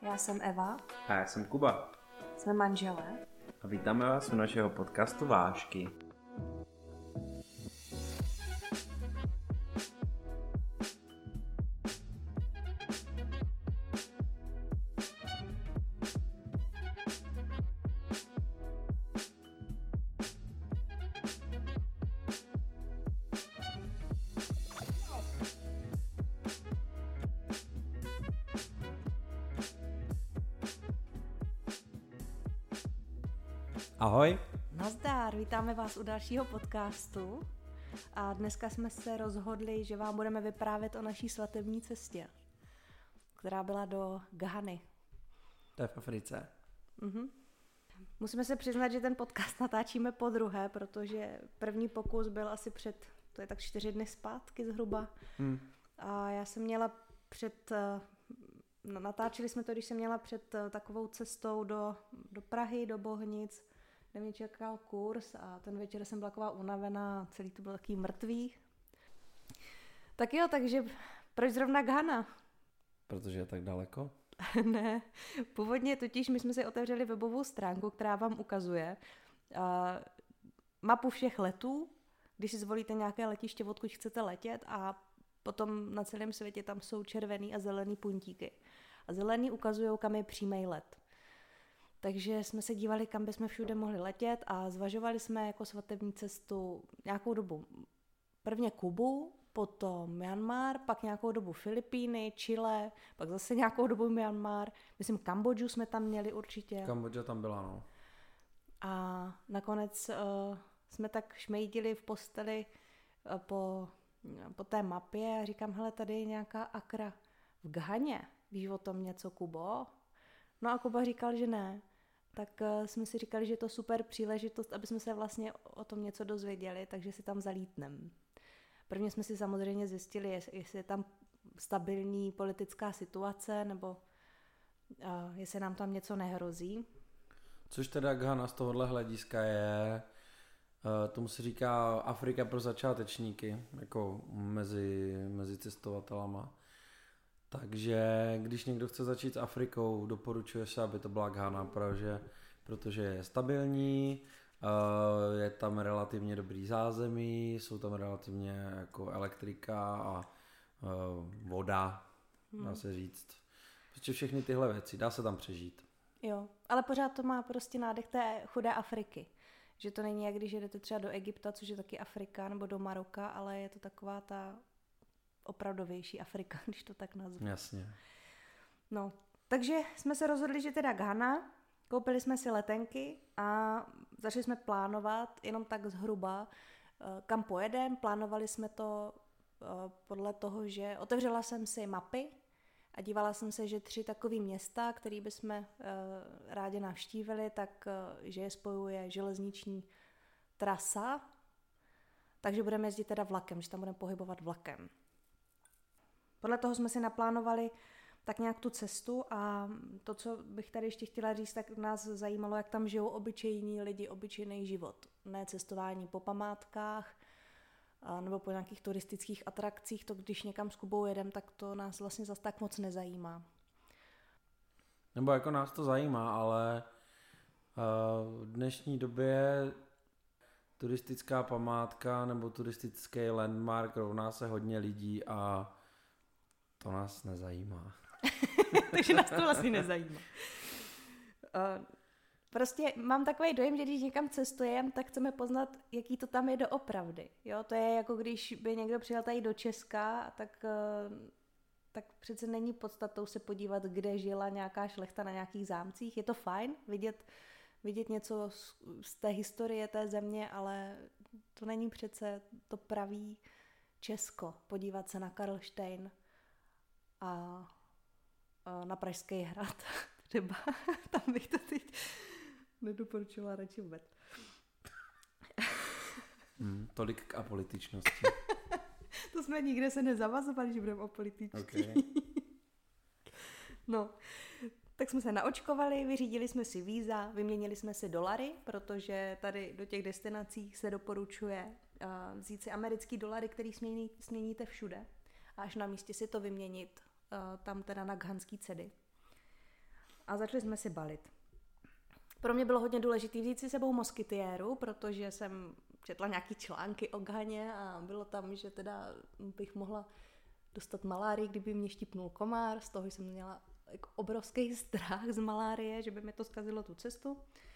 Já jsem Eva. A já jsem Kuba. Jsme manželé. A vítáme vás u našeho podcastu Vážky. Ahoj. Nazdar, vítáme vás u dalšího podcastu. A dneska jsme se rozhodli, že vám budeme vyprávět o naší svatební cestě, která byla do Ghany. To je v Africe. Musíme se přiznat, že ten podcast natáčíme podruhé, protože první pokus byl asi to je tak 4 dny zpátky zhruba. A já jsem měla natáčeli jsme to, když jsem měla před takovou cestou do Prahy, do Bohnic, kde mě čekal kurz a ten večer jsem byla taková unavená, celý to byl takový mrtvý. Tak jo, takže proč zrovna Ghana? Protože je tak daleko? Ne, původně totiž my jsme si otevřeli webovou stránku, která vám ukazuje mapu všech letů, když si zvolíte nějaké letiště, odkud chcete letět, a potom na celém světě tam jsou červený a zelený puntíky. A zelený ukazují, kam je přímý let. Takže jsme se dívali, kam bychom všude mohli letět a zvažovali jsme jako svatební cestu nějakou dobu prvně Kubu, potom Myanmar, pak nějakou dobu Filipíny, Chile, pak zase nějakou dobu Myanmar. Myslím, Kambodžu jsme tam měli určitě. Kambodža tam byla, no. A nakonec jsme tak šmejdili v posteli po té mapě a říkám, hele, tady je nějaká Accra v Ghaně. Víš o tom něco, Kubo? No a Kuba říkal, že ne. Tak jsme si říkali, že je to super příležitost, aby jsme se vlastně o tom něco dozvěděli, takže si tam zalítnem. Prvně jsme si samozřejmě zjistili, jestli je tam stabilní politická situace, nebo jestli nám tam něco nehrozí. Což teda Ghana z tohohle hlediska je, tomu se říká Afrika pro začátečníky, jako mezi cestovatelama. Takže když někdo chce začít s Afrikou, doporučuje se, aby to byla Ghana, protože je stabilní, je tam relativně dobrý zázemí, jsou tam relativně jako elektrika a voda, dá se říct. Prostě všechny tyhle věci, dá se tam přežít. Jo, ale pořád to má prostě nádech té chudé Afriky. Že to není jak když jdete třeba do Egypta, což je taky Afrika, nebo do Maroka, ale je to taková ta opravdovější Afrika, když to tak nazvu. Jasně. No, takže jsme se rozhodli, že teda Ghana, koupili jsme si letenky a začali jsme plánovat jenom tak zhruba, kam pojedeme. Plánovali jsme to podle toho, že otevřela jsem si mapy a dívala jsem se, že 3 takové města, které bychom rádi navštívili, tak že je spojuje železniční trasa, takže budeme jezdit teda vlakem, že tam budeme pohybovat vlakem. Podle toho jsme si naplánovali tak nějak tu cestu a to, co bych tady ještě chtěla říct, tak nás zajímalo, jak tam žijou obyčejní lidi, obyčejný život. Ne cestování po památkách nebo po nějakých turistických atrakcích, to když někam s Kubou jedem, tak to nás vlastně zase tak moc nezajímá. Nebo jako nás to zajímá, ale v dnešní době turistická památka nebo turistický landmark rovná se hodně lidí a to nás nezajímá. Takže nás to vlastně nezajímá. Prostě mám takový dojem, že když někam cestujeme, tak chceme poznat, jaký to tam je doopravdy. Jo? To je jako když by někdo přijel tady do Česka, tak přece není podstatou se podívat, kde žila nějaká šlechta na nějakých zámcích. Je to fajn vidět něco z té historie té země, ale to není přece to pravý Česko. Podívat se na Karlštejn a na Pražský hrad třeba. Tam bych to teď nedoporučila radši vůbec. Tolik k apolitičnosti. To jsme nikde se nezavazovali, že budeme apolitičtí. Okay. No, tak jsme se naočkovali, vyřídili jsme si víza, vyměnili jsme si dolary, protože tady do těch destinací se doporučuje vzít si americký dolary, který směníte všude. A až na místě si to vyměnit tam teda na ghanský cedy. a začali jsme si balit. Pro mě bylo hodně důležité vzít si sebou moskytiéru, protože jsem četla nějaký články o Ghaně a bylo tam, že teda bych mohla dostat malárii, kdyby mě štipnul komár. Z toho jsem měla jako obrovský strach z malárie, že by mi to zkazilo tu cestu.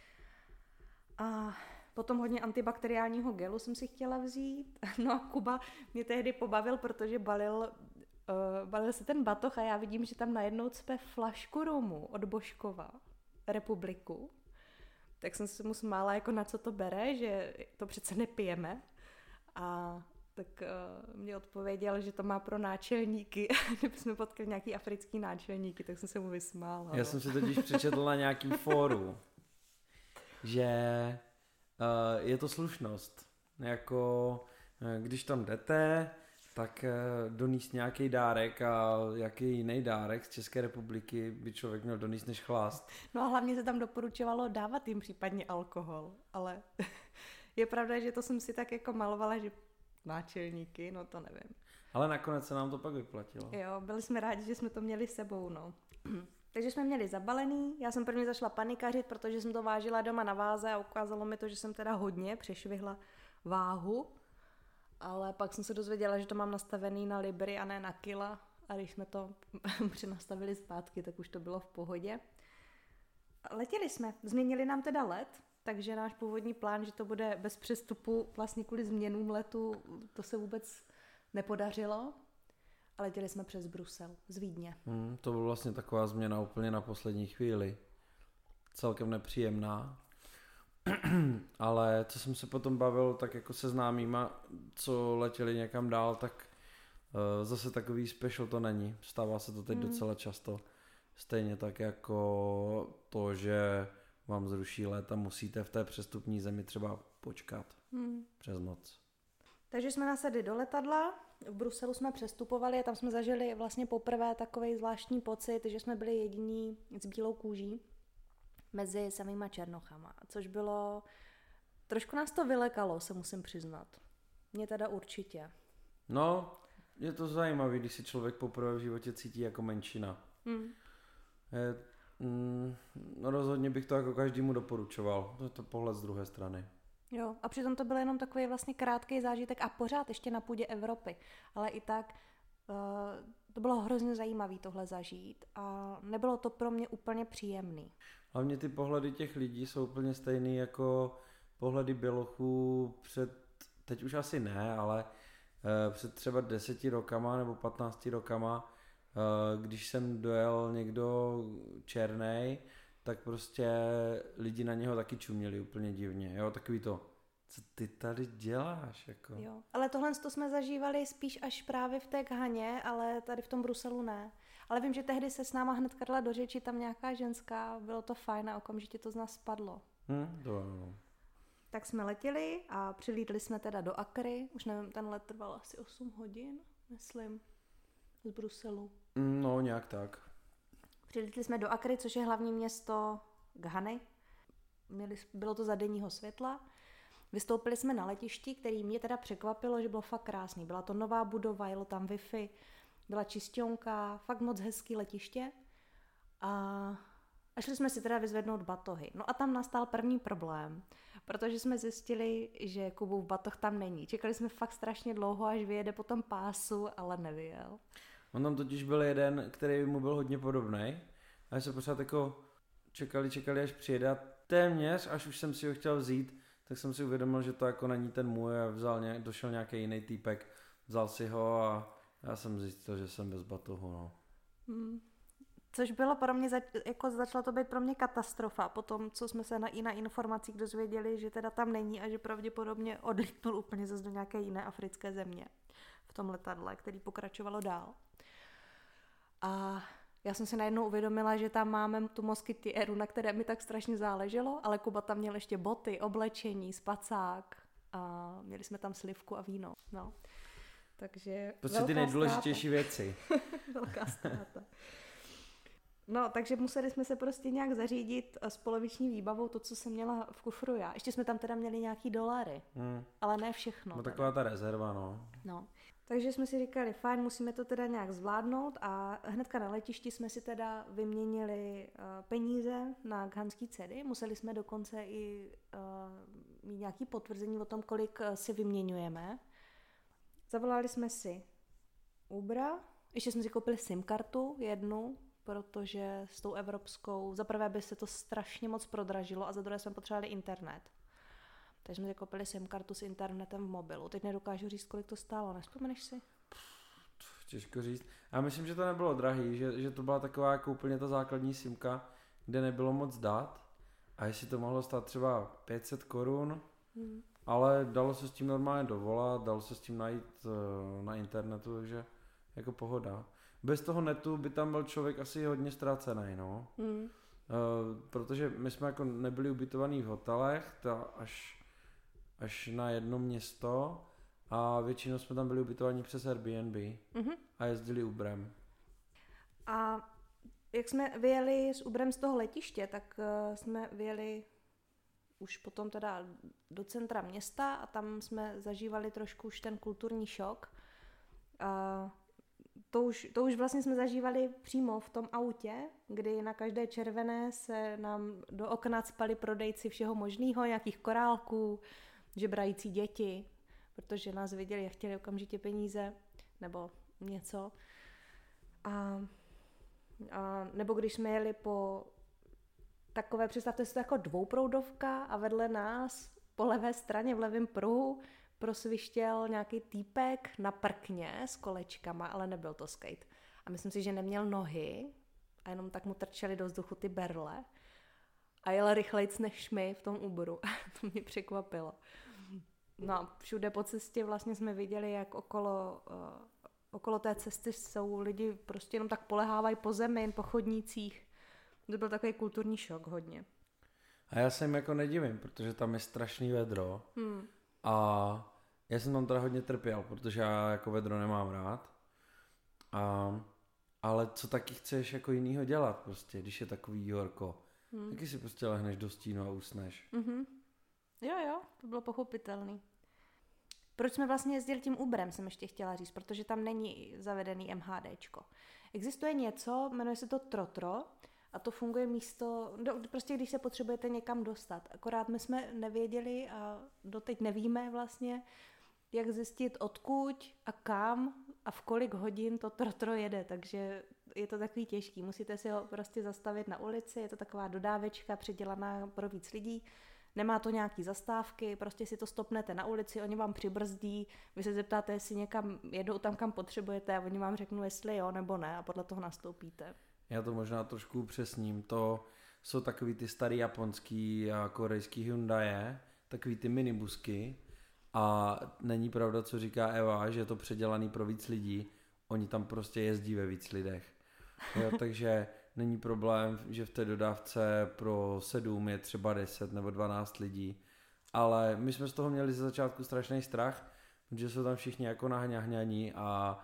A potom hodně antibakteriálního gelu jsem si chtěla vzít. No a Kuba mě tehdy pobavil, protože balil se ten batoh a já vidím, že tam najednou cpe flašku rumu od Božkova, Republiku. Tak jsem se mu smála, jako na co to bere, že to přece nepijeme. A tak mě odpověděl, že to má pro náčelníky. Kdyby jsme potkali nějaký africký náčelníky, tak jsem se mu vysmála. Já jsem si totiž přečetl na nějaký fóru, že je to slušnost. Jako když tam jdete, tak donést nějaký dárek a jaký jiný dárek z České republiky by člověk měl donést než chlást. No a hlavně se tam doporučovalo dávat jim případně alkohol, ale je pravda, že to jsem si tak jako malovala, že náčelníky, no to nevím. Ale nakonec se nám to pak vyplatilo. Jo, byli jsme rádi, že jsme to měli sebou, no. Takže jsme měli zabalený, já jsem prvně začala panikařit, protože jsem to vážila doma na váze a ukázalo mi to, že jsem teda hodně přešvihla váhu, ale pak jsem se dozvěděla, že to mám nastavený na libry a ne na kila a když jsme to přenastavili zpátky, tak už to bylo v pohodě. Letěli jsme, změnili nám teda let, takže náš původní plán, že to bude bez přestupu vlastně kvůli změnům letu, to se vůbec nepodařilo. A letěli jsme přes Brusel, z Vídně. To byla vlastně taková změna úplně na poslední chvíli. Celkem nepříjemná. Ale co jsem se potom bavil, tak jako se známýma, co letěli někam dál, tak zase takový special to není. Stává se to teď docela často. Stejně tak jako to, že vám zruší let a musíte v té přestupní zemi třeba počkat přes noc. Takže jsme nasedli do letadla, v Bruselu jsme přestupovali a tam jsme zažili vlastně poprvé takovej zvláštní pocit, že jsme byli jediní s bílou kůží mezi samýma černochama, což bylo, trošku nás to vylekalo, se musím přiznat. Mě teda určitě. No, je to zajímavé, když si člověk poprvé v životě cítí jako menšina. No rozhodně bych to jako každému doporučoval, to je to pohled z druhé strany. Jo, a přitom to byl jenom takový vlastně krátký zážitek a pořád ještě na půdě Evropy, ale i tak to bylo hrozně zajímavé tohle zažít a nebylo to pro mě úplně příjemný. Hlavně ty pohledy těch lidí jsou úplně stejný jako pohledy bělochů teď už asi ne, ale před třeba 10 rokama nebo 15 rokama, když jsem dojel někdo černej, tak prostě lidi na něho taky čuměli úplně divně, jo, takový to, co ty tady děláš, jako. Jo, ale tohle to jsme zažívali spíš až právě v té Ghaně, ale tady v tom Bruselu ne. Ale vím, že tehdy se s náma hned kadla do řeči tam nějaká ženská, bylo to fajn a okamžitě to z nás spadlo. To. Tak jsme letěli a přilítli jsme teda do Accry, už nevím, ten let trval asi 8 hodin, myslím, z Bruselu. No, nějak tak. Přilítli jsme do Accry, což je hlavní město Ghany. Bylo to za denního světla. Vystoupili jsme na letišti, který mě teda překvapilo, že bylo fakt krásný. Byla to nová budova, jelo tam Wi-Fi, byla čisťonka, fakt moc hezký letiště. A šli jsme si teda vyzvednout batohy. No a tam nastal první problém, protože jsme zjistili, že Kubův batoh tam není. Čekali jsme fakt strašně dlouho, až vyjede po tom pásu, ale nevyjel. On tam totiž byl jeden, který mu byl hodně podobný. A se pořád jako čekali, až přijede. A téměř, až už jsem si ho chtěl vzít, tak jsem si uvědomil, že to jako není ten můj a došel nějaký jiný týpek, vzal si ho a já jsem zjistil, že jsem bez batohu, no. Což bylo pro mě, začala to být pro mě katastrofa, potom co jsme se i na informacích dozvěděli, že teda tam není a že pravděpodobně odlítnul úplně zase do nějaké jiné africké země v tom letadle, který pokračovalo dál. A já jsem si najednou uvědomila, že tam máme tu moskytiéru, na které mi tak strašně záleželo, ale Kuba tam měl ještě boty, oblečení, spacák a měli jsme tam slivku a víno. No. Takže to jsou ty nejdůležitější věci. Velká ztráta. No, takže museli jsme se prostě nějak zařídit s poloviční výbavou to, co jsem měla v kufru já. Ještě jsme tam teda měli nějaký dolary, ale ne všechno. No taková ta rezerva, no. No, takže jsme si říkali, fajn, musíme to teda nějak zvládnout a hnedka na letišti jsme si teda vyměnili peníze na ghanský cedy. Museli jsme dokonce i mít nějaký potvrzení o tom, kolik si vyměňujeme. Zavolali jsme si Ubera, ještě jsme si koupili SIM kartu jednu, protože s tou evropskou, za prvé by se to strašně moc prodražilo a za druhé jsme potřebovali internet. Takže jsme si koupili SIM kartu s internetem v mobilu. Teď nedokážu říct, kolik to stálo, nevzpomeneš si? Těžko říct. Já myslím, že to nebylo drahý, že to byla taková jako úplně ta základní simka, kde nebylo moc dat a jestli to mohlo stát třeba 500 korun, ale dalo se s tím normálně dovolat, dalo se s tím najít na internetu, takže jako pohoda. Bez toho netu by tam byl člověk asi hodně ztracený, no. Protože my jsme jako nebyli ubytovaní v hotelech, až na jedno město a většinou jsme tam byli ubytovaní přes Airbnb a jezdili Uberem. A jak jsme vyjeli s Uberem z toho letiště, tak jsme vyjeli už potom teda do centra města a tam jsme zažívali trošku už ten kulturní šok. To už vlastně jsme zažívali přímo v tom autě, kdy na každé červené se nám do okna cpali prodejci všeho možného, nějakých korálků, žebrající děti, protože nás viděli a chtěli okamžitě peníze nebo něco. Nebo když jsme jeli po takové, představte si to jako dvouproudovka a vedle nás po levé straně v levém pruhu prosvištěl nějaký týpek na prkně s kolečkama, ale nebyl to skate. A myslím si, že neměl nohy a jenom tak mu trčely do vzduchu ty berle a jel rychlejc než my v tom Uberu. To mě překvapilo. No a všude po cestě vlastně jsme viděli, jak okolo té cesty jsou lidi prostě jenom tak polehávají po zemi, po chodnících. To byl takový kulturní šok hodně. A já se jim jako nedivím, protože tam je strašný vedro. A já jsem tam teda hodně trpěl, protože já jako vedro nemám rád. Ale co taky chceš jako jinýho dělat prostě, když je takový horko. Taky si prostě lehneš do stínu a usneš. Jo, to bylo pochopitelný. Proč jsme vlastně jezdili tím Uberem, jsem ještě chtěla říct, protože tam není zavedený MHDčko. Existuje něco, jmenuje se to Trotro a to funguje prostě když se potřebujete někam dostat. Akorát my jsme nevěděli a doteď nevíme vlastně, jak zjistit odkud a kam a v kolik hodin to Trotro jede, takže je to takový těžký. Musíte si ho prostě zastavit na ulici, je to taková dodávečka předělaná pro víc lidí. Nemá to nějaký zastávky, prostě si to stopnete na ulici, oni vám přibrzdí, vy se zeptáte, jestli někam jedou tam, kam potřebujete a oni vám řeknou, jestli jo nebo ne a podle toho nastoupíte. Já to možná trošku upřesním, to jsou takový ty starý japonský a korejský Hyundai, takový ty minibusky a není pravda, co říká Eva, že je to předělaný pro víc lidí, oni tam prostě jezdí ve víc lidech. Jo, takže není problém, že v té dodávce pro 7 je třeba 10 nebo 12 lidí, ale my jsme z toho měli ze začátku strašný strach, protože jsou tam všichni jako nahňahňaní a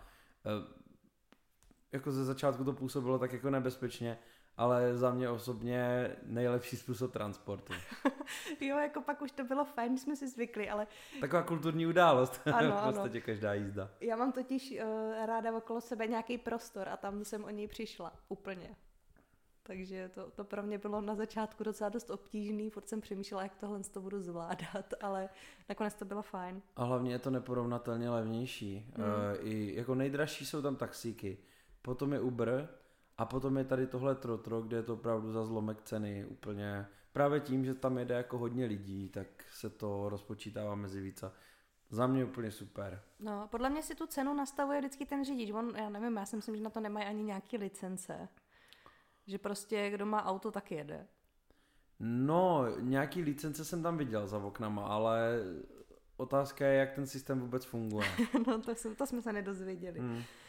jako ze začátku to působilo tak jako nebezpečně, ale za mě osobně nejlepší způsob transportu. Jo, jako pak už to bylo fajn, jsme si zvykli, ale... Taková kulturní událost, ano, v podstatě každá jízda. Já mám totiž ráda okolo sebe nějaký prostor a tam jsem o něj přišla úplně. Takže to pro mě bylo na začátku docela dost obtížný, furt jsem přemýšlela, jak tohle to budu zvládat, ale nakonec to bylo fajn. A hlavně je to neporovnatelně levnější. I jako nejdražší jsou tam taxíky, potom je Uber a potom je tady tohle Trotro, kde je to opravdu za zlomek ceny úplně. Právě tím, že tam jede jako hodně lidí, tak se to rozpočítává mezi více. Za mě úplně super. No, podle mě si tu cenu nastavuje vždycky ten řidič. Já nevím, já si myslím, že na to nemají ani nějaký licence. Že prostě kdo má auto, tak jede. No, nějaký licence jsem tam viděl za oknama, ale otázka je, jak ten systém vůbec funguje. No, to jsme se nedozvěděli.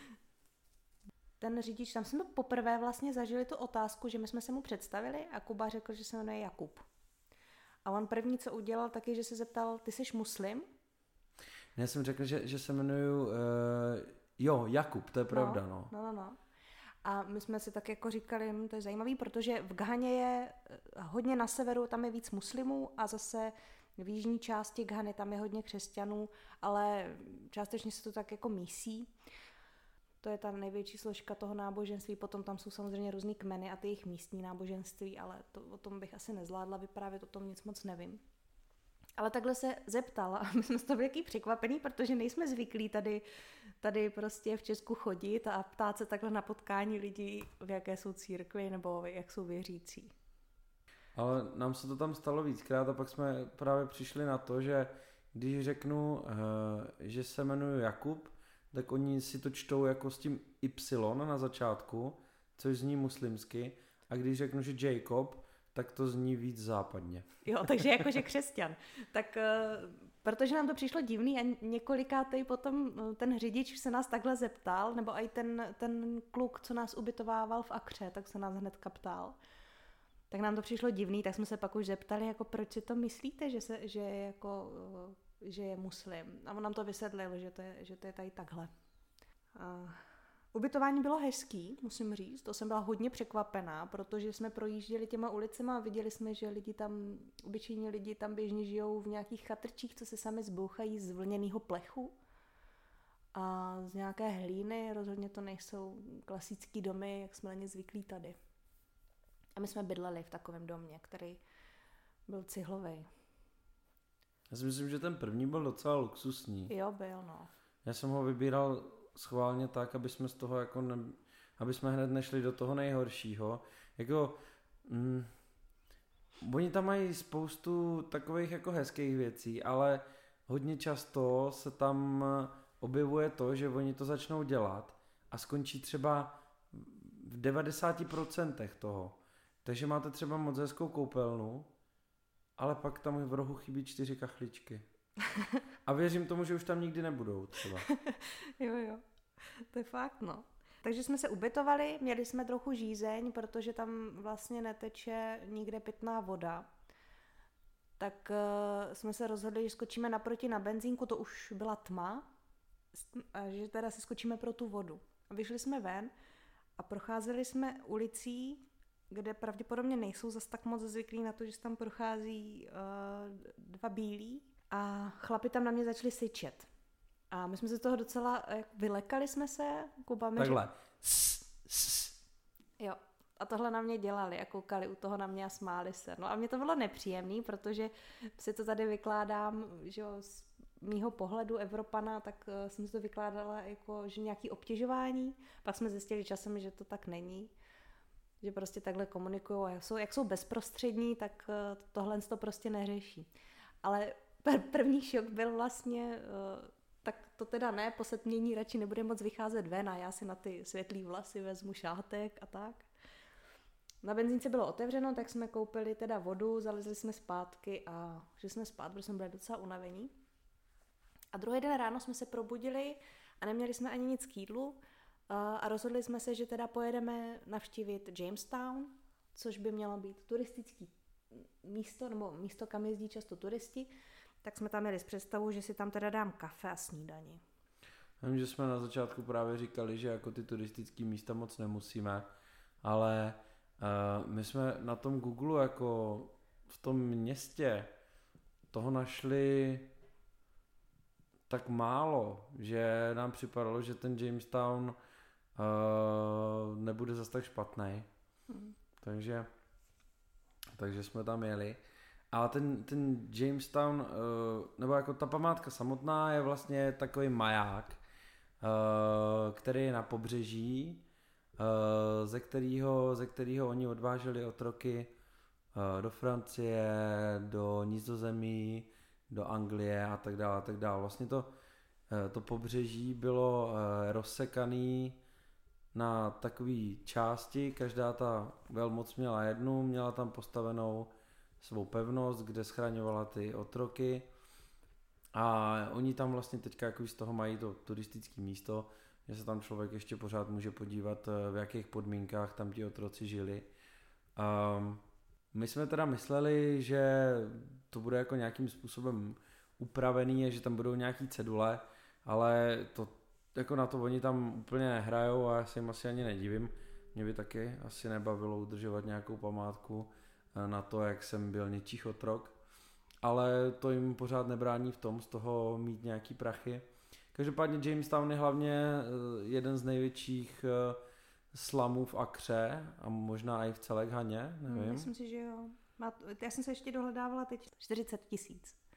Ten řidič, tam jsme poprvé vlastně zažili tu otázku, že my jsme se mu představili a Kuba řekl, že se jmenuje Jakub. A on první, co udělal, taky, že se zeptal, ty jsi muslim? Já jsem řekl, že se jmenuju, Jakub, to je pravda, no. No. A my jsme si tak jako říkali, to je zajímavý, protože v Ghaně je hodně na severu, tam je víc muslimů a zase v jižní části Ghany tam je hodně křesťanů, ale částečně se to tak jako mísí. To je ta největší složka toho náboženství, potom tam jsou samozřejmě různý kmeny a ty jejich místní náboženství, ale o tom bych asi nezvládla vyprávět, o tom nic moc nevím. Ale takhle se zeptala a my jsme z toho byli jaký překvapený, protože nejsme zvyklí tady prostě v Česku chodit a ptát se takhle na potkání lidí, v jaké jsou církvi nebo jak jsou věřící. Ale nám se to tam stalo víckrát a pak jsme právě přišli na to, že když řeknu, že se jmenuji Jakub, tak oni si to čtou jako s tím Y na začátku, což zní muslimsky, a když řeknu, že Jacob, tak to zní víc západně. Jo, takže jakože křesťan. Tak protože nám to přišlo divný a několikátej potom ten řidič se nás takhle zeptal, nebo i ten kluk, co nás ubytovával v Akře, tak se nás hnedka ptal. Tak nám to přišlo divný, tak jsme se pak už zeptali, jako proč si to myslíte, že je muslim. A on nám to vysvětlil, že to je tady takhle. Ubytování bylo hezký, musím říct, to jsem byla hodně překvapená, protože jsme projížděli těma ulicema a viděli jsme, že obyčejní lidi tam běžně žijou v nějakých chatrčích, co se sami zbouchají z vlněného plechu a z nějaké hlíny, rozhodně to nejsou klasický domy, jak jsme na ně zvyklí tady. A my jsme bydleli v takovém domě, který byl cihlový. Já si myslím, že ten první byl docela luxusní. Jo, byl, no. Já jsem ho vybíral schválně tak, aby jsme z toho aby jsme hned nešli do toho nejhoršího. Oni tam mají spoustu takových jako hezkých věcí, ale hodně často se tam objevuje to, že oni to začnou dělat a skončí třeba v 90% toho. Takže máte třeba moc hezkou koupelnu, ale pak tam v rohu chybí 4 kachličky. A věřím tomu, že už tam nikdy nebudou třeba. Jo, to je fakt, no. Takže jsme se ubytovali, měli jsme trochu žízeň, protože tam vlastně neteče nikde pitná voda. Tak jsme se rozhodli, že skočíme naproti na benzínku, to už byla tma, a že teda se skočíme pro tu vodu. A vyšli jsme ven a procházeli jsme ulicí, kde pravděpodobně nejsou zas tak moc zvyklí na to, že se tam prochází dva bílí a chlapi tam na mě začali syčet. A my jsme se toho docela, vylekali jsme se, Kuba takhle. Jo, a tohle na mě dělali a koukali u toho na mě a smáli se. No a mě to bylo nepříjemný, protože si to tady vykládám, že z mýho pohledu Evropana, tak jsem si to vykládala jako, že nějaký obtěžování. Pak jsme zjistili časem, že to tak není. Že prostě takhle komunikují a jak jsou bezprostřední, tak tohle to prostě neřeší. Ale první šok byl vlastně, tak to teda ne, po setmění radši nebude moc vycházet ven a já si na ty světlý vlasy vezmu šátek a tak. Na benzínce bylo otevřeno, tak jsme koupili teda vodu, zalezli jsme zpátky a šli jsme spát, protože jsme byli docela unavení. A druhý den ráno jsme se probudili a neměli jsme ani nic k jídlu a rozhodli jsme se, že teda pojedeme navštívit Jamestown, což by mělo být turistický místo, nebo místo, kam jezdí často turisti, tak jsme tam měli s představou, že si tam teda dám kafe a snídani. Já vím, že jsme na začátku právě říkali, že jako ty turistické místa moc nemusíme, ale my jsme na tom Google jako v tom městě toho našli tak málo, že nám připadalo, že ten Jamestown nebude zas tak špatný. Takže jsme tam jeli. A ten Jamestown, nebo jako ta památka samotná je vlastně takový maják, který je na pobřeží, ze kterého oni odváželi otroky do Francie, do Nizozemí, do Anglie a tak dále, a tak dále. Vlastně to pobřeží bylo rozsekané na takové části, každá ta velmoc měla jednu, měla tam postavenou svou pevnost, kde schraňovala ty otroky a oni tam vlastně teďka jako z toho mají to turistické místo, že se tam člověk ještě pořád může podívat, v jakých podmínkách tam ti otroci žili. My jsme teda mysleli, že to bude jako nějakým způsobem upravený a že tam budou nějaký cedule, ale to jako na to oni tam úplně hrajou a já se jim asi ani nedivím. Mě by taky asi nebavilo udržovat nějakou památku na to, jak jsem byl něčích otrok, ale to jim pořád nebrání v tom z toho mít nějaký prachy. Každopádně Jamestown je hlavně jeden z největších slamů v Accře a možná i v celé Ghaně, nevím. Myslím si, že jo. Já jsem se ještě dohledávala teď 40 000.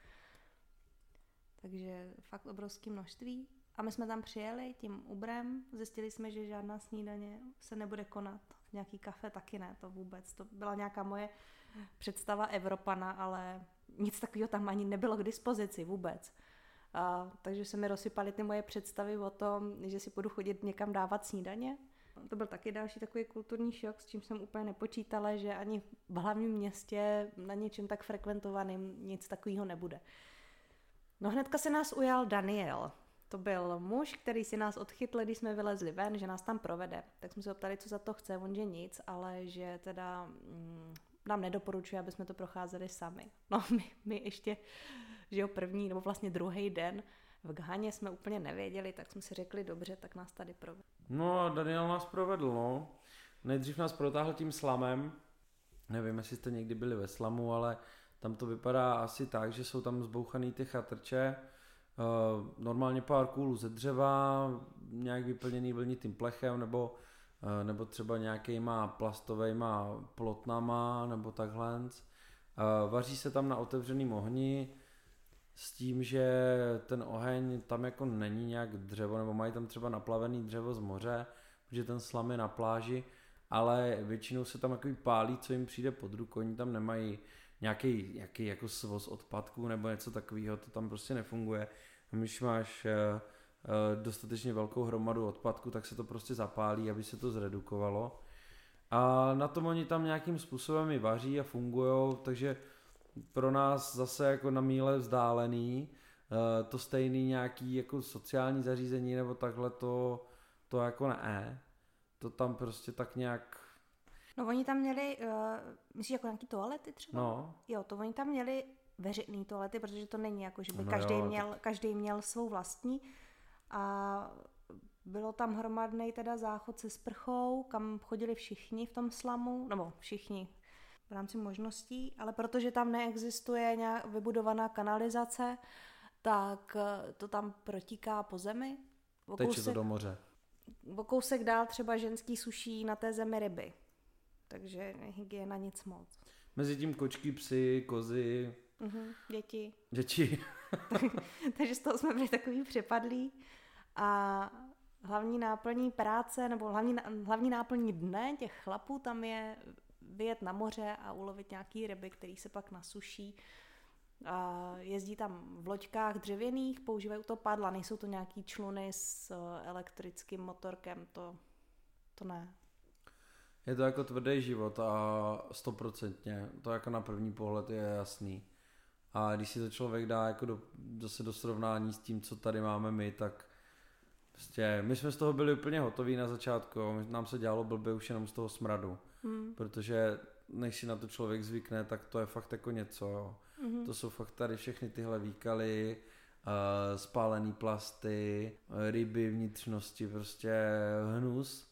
Takže fakt obrovské množství. A my jsme tam přijeli tím Uberem, zjistili jsme, že žádná snídaně se nebude konat. Nějaký kafe taky ne, to vůbec. To byla nějaká moje představa Evropana, ale nic takového tam ani nebylo k dispozici vůbec. Takže se mi rozsypaly ty moje představy o tom, že si budu chodit někam dávat snídaně. To byl taky další takový kulturní šok, s čím jsem úplně nepočítala, že ani v hlavním městě na něčem tak frekventovaným nic takového nebude. No hnedka se nás ujal Daniel. To byl muž, který si nás odchytl, když jsme vylezli ven, že nás tam provede. Tak jsme se optali, co za to chce, on že nic, ale že teda nám nedoporučuje, aby jsme to procházeli sami. No my ještě, že jo, první nebo vlastně druhý den v Ghaně jsme úplně nevěděli, tak jsme si řekli, dobře, tak nás tady provede. No a Daniel nás provedl, no. Nejdřív nás protáhl tím slamem. Nevím, jestli jste někdy byli ve slamu, ale tam to vypadá asi tak, že jsou tam zbouchaný ty chatrče, normálně pár kůlů ze dřeva, nějak vyplněný vlnitým plechem, nebo třeba nějakýma plastovejma plotnama, nebo takhle. Vaří se tam na otevřeném ohni, s tím, že ten oheň tam jako není nějak dřevo, nebo mají tam třeba naplavený dřevo z moře, protože ten slam je na pláži, ale většinou se tam jako pálí, co jim přijde pod ruku, oni tam nemají nějaký jako svoz odpadků nebo něco takového, to tam prostě nefunguje. Když máš dostatečně velkou hromadu odpadků, tak se to prostě zapálí, aby se to zredukovalo. A na tom oni tam nějakým způsobem i vaří a fungujou, takže pro nás zase jako na míle vzdálený, to stejný nějaký jako sociální zařízení nebo takhle to jako ne. To tam prostě tak nějak... No oni tam měli, myslíš jako nějaký toalety třeba? No. Jo, to oni tam měli veřejné toalety, protože to není jako, že by No každý měl svou vlastní. A bylo tam hromadný teda záchod se sprchou, kam chodili všichni v tom slamu, nebo všichni v rámci možností, ale protože tam neexistuje nějak vybudovaná kanalizace, tak to tam protíká po zemi. Teče to do moře. O kousek dál třeba ženský suší na té zemi ryby. Takže hygiena nic moc. Mezi tím kočky, psy, kozy. Děti. Takže z toho jsme byli takový přepadlí. A hlavní náplní práce, nebo hlavní náplní dne těch chlapů tam je vyjet na moře a ulovit nějaký ryby, který se pak nasuší. A jezdí tam v loďkách dřevěných, používají to padla, nejsou to nějaký čluny s elektrickým motorkem, to ne. Je to jako tvrdý život a 100%, to jako na první pohled je jasný. A když si to člověk dá jako zase do srovnání s tím, co tady máme my, tak prostě my jsme z toho byli úplně hotoví na začátku, nám se dělalo blbě už jenom z toho smradu, protože než si na to člověk zvykne, tak to je fakt jako něco, jo. To jsou fakt tady všechny tyhle výkaly, spálený plasty, ryby, vnitřnosti, prostě hnus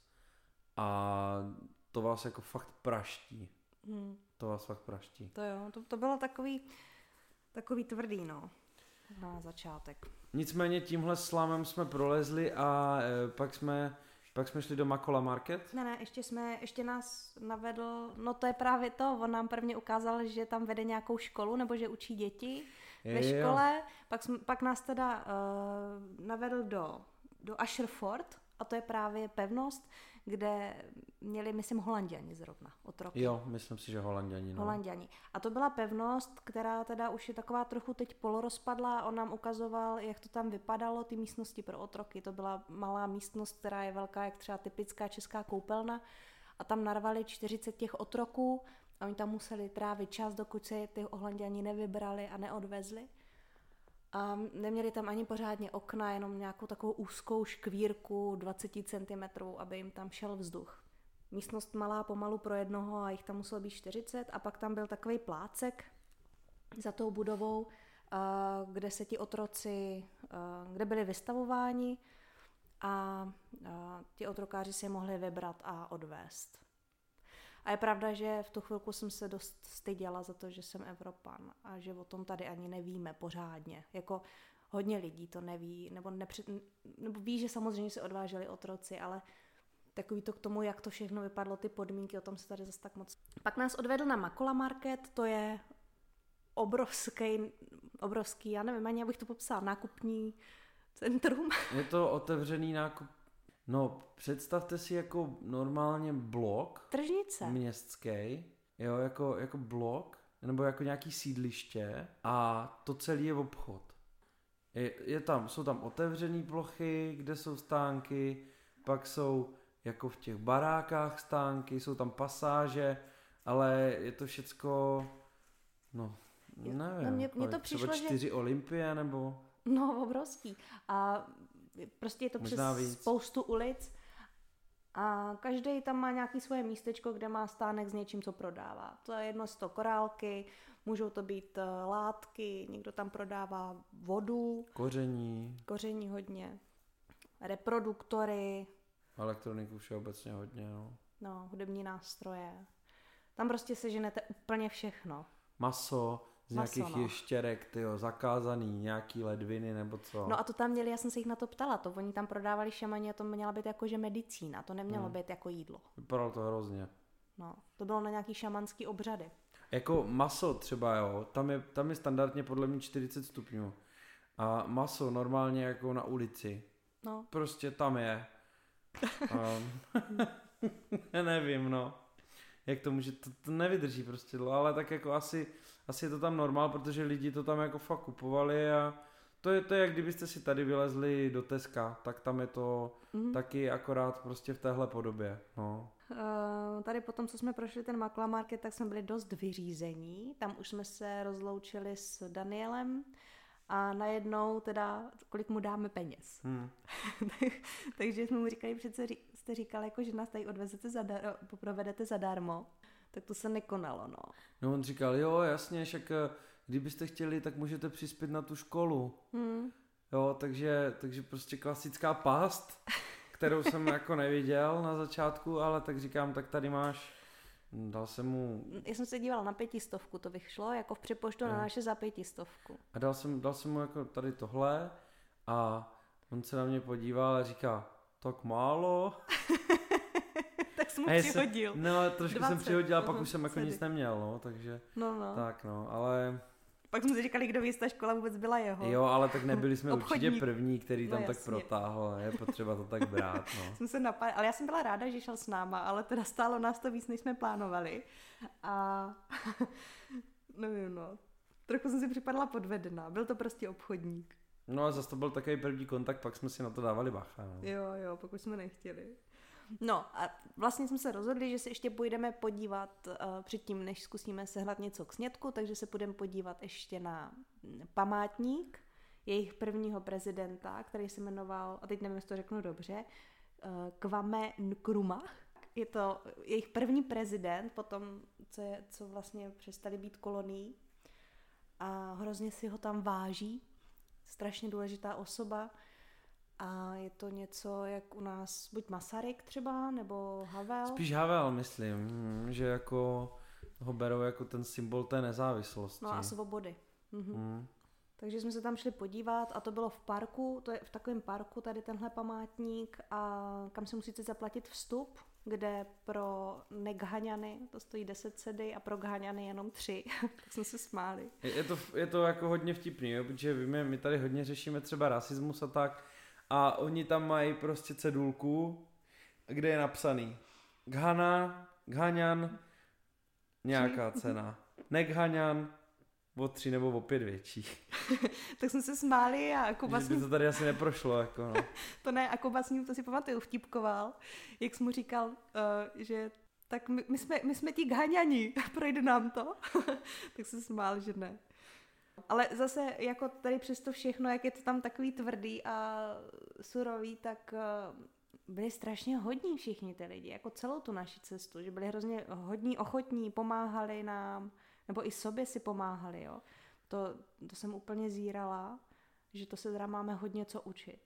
a to vás jako fakt praští. To vás fakt praští. To jo, to bylo takový tvrdý, no, na začátek. Nicméně tímhle slamem jsme prolezli a pak jsme šli do Makola Market. Ne, ještě nás navedl, no to je právě to, on nám prvně ukázal, že tam vede nějakou školu, nebo že učí děti ve škole, pak nás teda navedl do Asherford, a to je právě pevnost, kde měli, myslím, Holanďani zrovna otroky. Jo, myslím si, že Holanďani. No. Holanďani. A to byla pevnost, která teda už je taková trochu teď polorozpadlá. On nám ukazoval, jak to tam vypadalo, ty místnosti pro otroky. To byla malá místnost, která je velká, jak třeba typická česká koupelna. A tam narvali 40 těch otroků a oni tam museli trávit čas, dokud se ty Holanďani nevybrali a neodvezli. A neměli tam ani pořádně okna, jenom nějakou takovou úzkou škvírku 20 cm, aby jim tam šel vzduch. Místnost malá pomalu pro jednoho a jich tam muselo být 40 a pak tam byl takový plácek za tou budovou, kde se ti otroci, kde byli vystavováni a ti otrokáři si je mohli vybrat a odvést. A je pravda, že v tu chvilku jsem se dost styděla za to, že jsem Evropan a že o tom tady ani nevíme pořádně. Jako hodně lidí to neví, nebo ví, že samozřejmě se odváželi otroci, ale takový to k tomu, jak to všechno vypadlo, ty podmínky, o tom se tady zase tak moc. Pak nás odvedl na Makola Market, to je obrovský, já nevím ani, abych to popsala, nákupní centrum. Je to otevřený nákup. No, představte si jako normálně blok. Tržnice. Městský, jo, jako blok, nebo jako nějaký sídliště a to celý je obchod. Jsou tam otevřené plochy, kde jsou stánky, pak jsou jako v těch barákách stánky, jsou tam pasáže, ale je to všecko, no, nevím, Mně to přišlo, třeba 4 Olympie, nebo... No, obrovský. A prostě je to přes spoustu ulic a každý tam má nějaký svoje místečko, kde má stánek s něčím, co prodává. To je jedno z toho korálky, můžou to být látky, někdo tam prodává vodu. Koření hodně. Reproduktory. Elektroniku všeobecně hodně, no. No, hudební nástroje. Tam prostě seženete úplně všechno. Maso z nějakých ještěrek, tyjo, zakázaný, nějaký ledviny nebo co. No a to tam měli, já jsem se jich na to ptala, to oni tam prodávali šamani a to měla být jakože medicína, to nemělo být jako jídlo. Vypadalo to hrozně. No, to bylo na nějaký šamanský obřady. Jako maso třeba, jo, tam je standardně podle mě 40 stupňů. A maso normálně jako na ulici. No. Prostě tam je. Nevím, no. Jak to může, to nevydrží prostě, ale tak jako asi je to tam normál, protože lidi to tam jako fakt kupovali a to je jak kdybyste si tady vylezli do Teska, tak tam je to taky akorát prostě v téhle podobě, no. Tady potom, co jsme prošli ten Makola Market, tak jsme byli dost vyřízení, tam už jsme se rozloučili s Danielem a najednou teda, kolik mu dáme peněz. Takže jsme mu říkali, přece jste říkal, jako, že nás tady poprovedete zadarmo, tak to se nekonalo, no. No on říkal, jo, jasně, však kdybyste chtěli, tak můžete přispět na tu školu. Jo, takže prostě klasická past, kterou jsem jako neviděl na začátku, ale tak říkám, tak tady máš, dal jsem mu... Já jsem se dívala na 500, to vyšlo, jako v přepočtu na naše za 500. A dal jsem mu jako tady tohle a on se na mě podíval a říká, tak málo. Tak jsem mu přihodil. No, trošku 20. jsem přihodil a pak už jsem jako nic neměl, no, takže... No. Tak no, ale... Pak jsme si říkali, kdo ví, jestli ta škola vůbec byla jeho. Jo, ale tak nebyli jsme určitě první, který tam tak protáhl, je potřeba to tak brát, no. Jsem se ale já jsem byla ráda, že šel s náma, ale teda stálo nás to víc, než jsme plánovali. A nevím, no. Trochu jsem si připadala podvedená, byl to prostě obchodník. No a zase to byl takový první kontakt, pak jsme si na to dávali bacha, no. Jo, pak už jsme nechtěli. No a vlastně jsme se rozhodli, že se ještě půjdeme podívat předtím, než zkusíme sehnat něco k snědku, takže se půjdeme podívat ještě na památník jejich prvního prezidenta, který se jmenoval, a teď nevím, jestli to řeknu dobře, Kwame Nkrumah. Je to jejich první prezident, potom co vlastně přestali být kolonií a hrozně si ho tam váží, strašně důležitá osoba. A je to něco, jak u nás, buď Masaryk třeba, nebo Havel. Spíš Havel, myslím, že jako ho berou jako ten symbol té nezávislosti. No a svobody. Takže jsme se tam šli podívat a to bylo v parku, to je v takovém parku tady tenhle památník a kam si musíte zaplatit vstup, kde pro Neghaňany to stojí 10 cedy a pro Ghaňany jenom 3, tak jsme se smáli. Je to jako hodně vtipný, jo? Protože víme, my tady hodně řešíme třeba rasismus a tak, a oni tam mají prostě cedulku, kde je napsaný Ghaňan, nějaká cena. Neghaňan, o 3 nebo o 5 větší. Tak jsme se smáli a Kuba by to tady asi neprošlo. Jako no. To ne, a Kuba s ním, to si pamatuju, vtipkoval, jak jsi mu říkal, že tak my jsme ti Ghaňani, projde nám to. Tak se smál, že ne. Ale zase jako tady přesto všechno, jak je to tam takový tvrdý a surový, tak byli strašně hodní všichni ty lidi, jako celou tu naši cestu, že byli hrozně hodní, ochotní, pomáhali nám, nebo i sobě si pomáhali, jo. To jsem úplně zírala, že to se teda máme hodně co učit.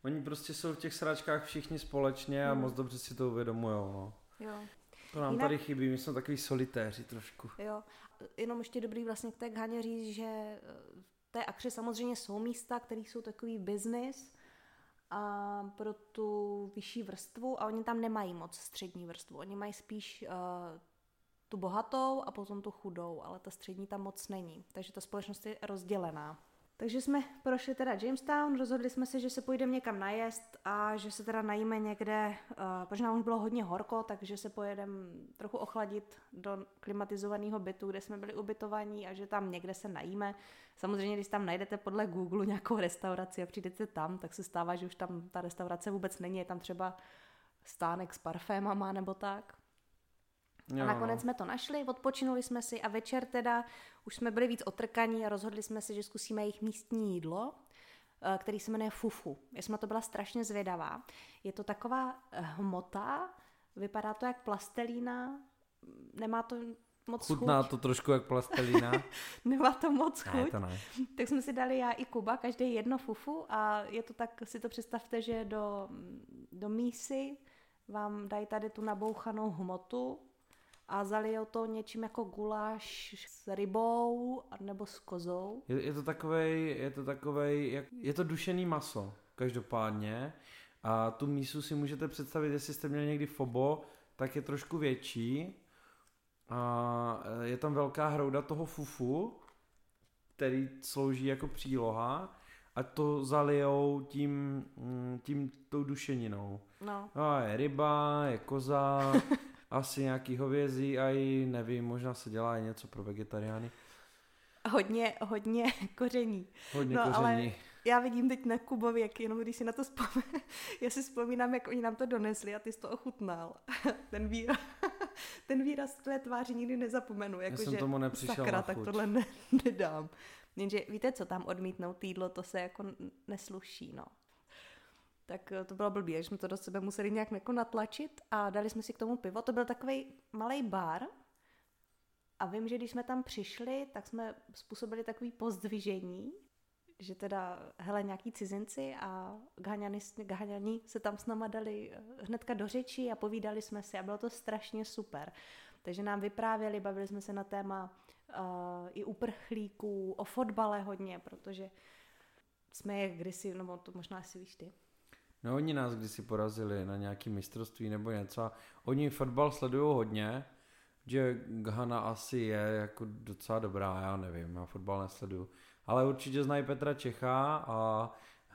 Oni prostě jsou v těch sračkách všichni společně a moc dobře si to uvědomujou, no. Jo. To nám tady chybí, my jsme takový solitéři trošku. Jo, jenom ještě dobrý vlastně k té Ghaně říct, že v té Akře samozřejmě jsou místa, které jsou takový business a pro tu vyšší vrstvu a oni tam nemají moc střední vrstvu. Oni mají spíš tu bohatou a potom tu chudou, ale ta střední tam moc není. Takže ta společnost je rozdělená. Takže jsme prošli teda Jamestown, rozhodli jsme se, že se půjdeme někam najést a že se teda najíme někde, protože nám už bylo hodně horko, takže se pojedeme trochu ochladit do klimatizovaného bytu, kde jsme byli ubytovaní a že tam někde se najíme. Samozřejmě, když tam najdete podle Google nějakou restauraci a přijdete tam, tak se stává, že už tam ta restaurace vůbec není, je tam třeba stánek s parfémama nebo tak. Jo. A nakonec jsme to našli, odpočinuli jsme si a večer teda už jsme byli víc otrkaní a rozhodli jsme si, že zkusíme jejich místní jídlo, který se jmenuje fufu. Já jsem na to byla strašně zvědavá. Je to taková hmota, vypadá to jak plastelína, nemá to moc chuť. Chutná to trošku jak plastelína. Nemá to moc chuť. Ne, to ne. Tak jsme si dali já i Kuba, každý jedno fufu a je to tak, si to představte, že do mísy vám dají tady tu nabouchanou hmotu a zalijou to něčím jako guláš s rybou nebo s kozou. Je to dušený maso, každopádně. A tu mísu si můžete představit, jestli jste měli někdy fobo, tak je trošku větší. A je tam velká hrouda toho fufu, který slouží jako příloha a to zalijou tím tou dušeninou. No. A je ryba, je koza, asi nějaký hovězí a i nevím, možná se dělá i něco pro vegetariány. Hodně koření. Hodně koření. Ale já vidím teď na Kubovi, jak jenom když si na to vzpomínám, já si vzpomínám, jak oni nám to donesli a ty jsi to ochutnal. Ten výraz tvé tváři nikdy nezapomenu. Jako, já jsem tomu nepřišel sakra, na chuť. Tak tohle nedám. Jenže víte co, tam odmítnout jídlo, to se jako nesluší, no. Tak to bylo blbý, že jsme to do sebe museli nějak jako natlačit a dali jsme si k tomu pivo. To byl takovej malej bar a vím, že když jsme tam přišli, tak jsme způsobili takový pozdvižení, že teda, hele, nějaký cizinci a Ghaňani se tam s náma dali hnedka do řeči a povídali jsme si a bylo to strašně super. Takže nám vyprávěli, bavili jsme se na téma i uprchlíků, o fotbale hodně, protože jsme je kdysi, no to možná asi víš ty. No oni nás kdysi porazili na nějaký mistrovství nebo něco a oni fotbal sledují hodně, že Ghana asi je jako docela dobrá, já nevím, já fotbal nesleduju. Ale určitě znají Petra Čecha a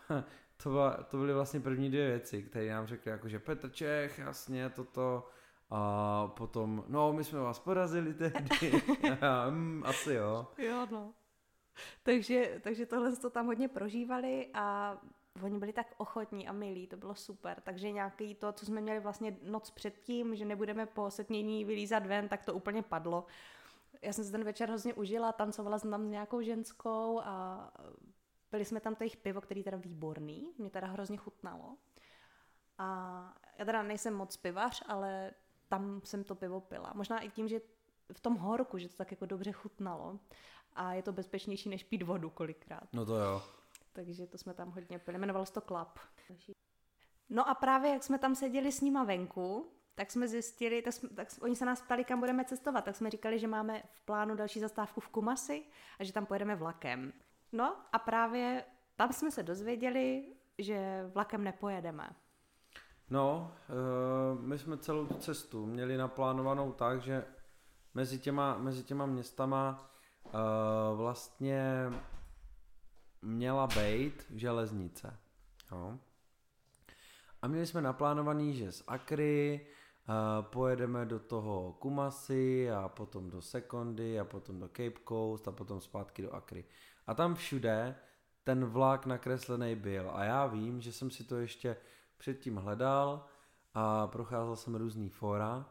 to byly vlastně první dvě věci, které nám řekli, jako že Petr Čech, jasně, toto a potom, no my jsme vás porazili tehdy, asi jo. Jo, no. Takže tohle to tam hodně prožívali a oni byli tak ochotní a milí, to bylo super. Takže nějaký to, co jsme měli vlastně noc předtím, že nebudeme po setmění vylízat ven, tak to úplně padlo. Já jsem se ten večer hrozně užila, tancovala jsem tam s nějakou ženskou a pili jsme tam to jejich pivo, který teda výborný, mě teda hrozně chutnalo. A já teda nejsem moc pivař, ale tam jsem to pivo pila. Možná i tím, že v tom horku, že to tak jako dobře chutnalo a je to bezpečnější, než pít vodu kolikrát. No to jo. Takže to jsme tam hodně pili. Jmenovalo se to Club. No a právě jak jsme tam seděli s nima venku, tak jsme zjistili, tak oni se nás ptali, kam budeme cestovat, tak jsme říkali, že máme v plánu další zastávku v Kumasi a že tam pojedeme vlakem. No a právě tam jsme se dozvěděli, že vlakem nepojedeme. No, my jsme celou tu cestu měli naplánovanou tak, že mezi těma městama vlastně měla být železnice. No. A měli jsme naplánovaný, že z Akry pojedeme do toho Kumasi a potom do Sekondy a potom do Cape Coast a potom zpátky do Akry. A tam všude ten vlak nakreslený byl. A já vím, že jsem si to ještě předtím hledal a procházel jsem různý fóra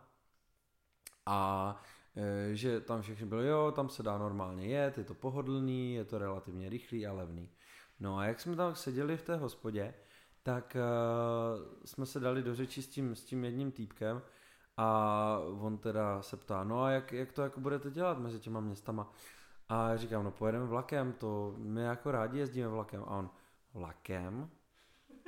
a že tam všechno bylo, jo, tam se dá normálně jet, je to pohodlný, je to relativně rychlý a levný. No a jak jsme tam seděli v té hospodě, tak jsme se dali do řeči s tím jedním týpkem a on teda se ptá, no a jak to jako budete dělat mezi těma městama? A říkám, no pojedeme vlakem, to my jako rádi jezdíme vlakem. A on, vlakem?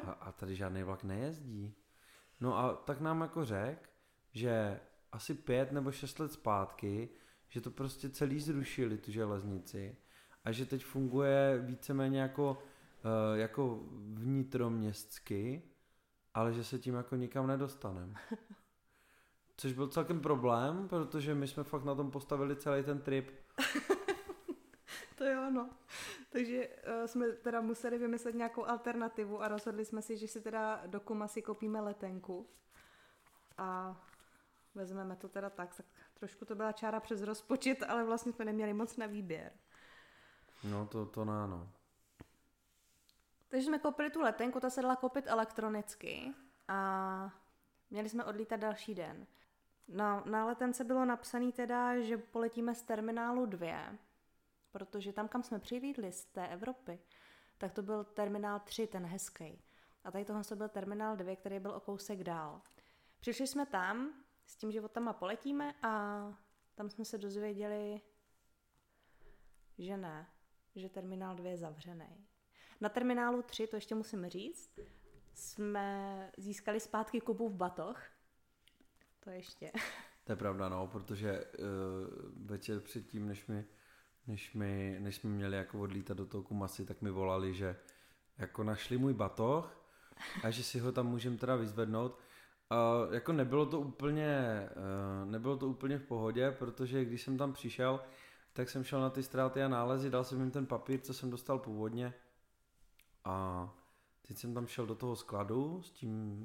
A tady žádný vlak nejezdí. No a tak nám jako řekl, že asi 5 nebo 6 let zpátky, že to prostě celý zrušili, tu železnici, a že teď funguje víceméně jako vnitroměstsky, ale že se tím jako nikam nedostaneme. Což byl celkem problém, protože my jsme fakt na tom postavili celý ten trip. To jo, no. Takže jsme teda museli vymyslet nějakou alternativu a rozhodli jsme si, že si teda do Kumasi koupíme letenku. A vezmeme to teda tak trošku to byla čára přes rozpočet, ale vlastně jsme neměli moc na výběr. No to ne, no. Takže jsme koupili tu letenku, ta se dala koupit elektronicky a měli jsme odlítat další den. Na letence bylo napsané teda, že poletíme z terminálu 2, protože tam, kam jsme přilídli z té Evropy, tak to byl terminál 3, ten hezký. A tady tohle byl terminál 2, který byl o kousek dál. Přišli jsme tam s tím, že od tam poletíme a tam jsme se dozvěděli, že ne, že terminál 2 je zavřený. Na terminálu 3, to ještě musím říct, jsme získali zpátky Kubův batoh. To ještě. To je pravda, no, protože večer předtím, než jsme měli jako odlítat do toho Kumasi, tak mi volali, že jako našli můj batoh a že si ho tam můžeme teda vyzvednout. Jako nebylo to úplně v pohodě, protože když jsem tam přišel, tak jsem šel na ty ztráty a nálezy, dal jsem jim ten papír, co jsem dostal původně, a teď jsem tam šel do toho skladu s tím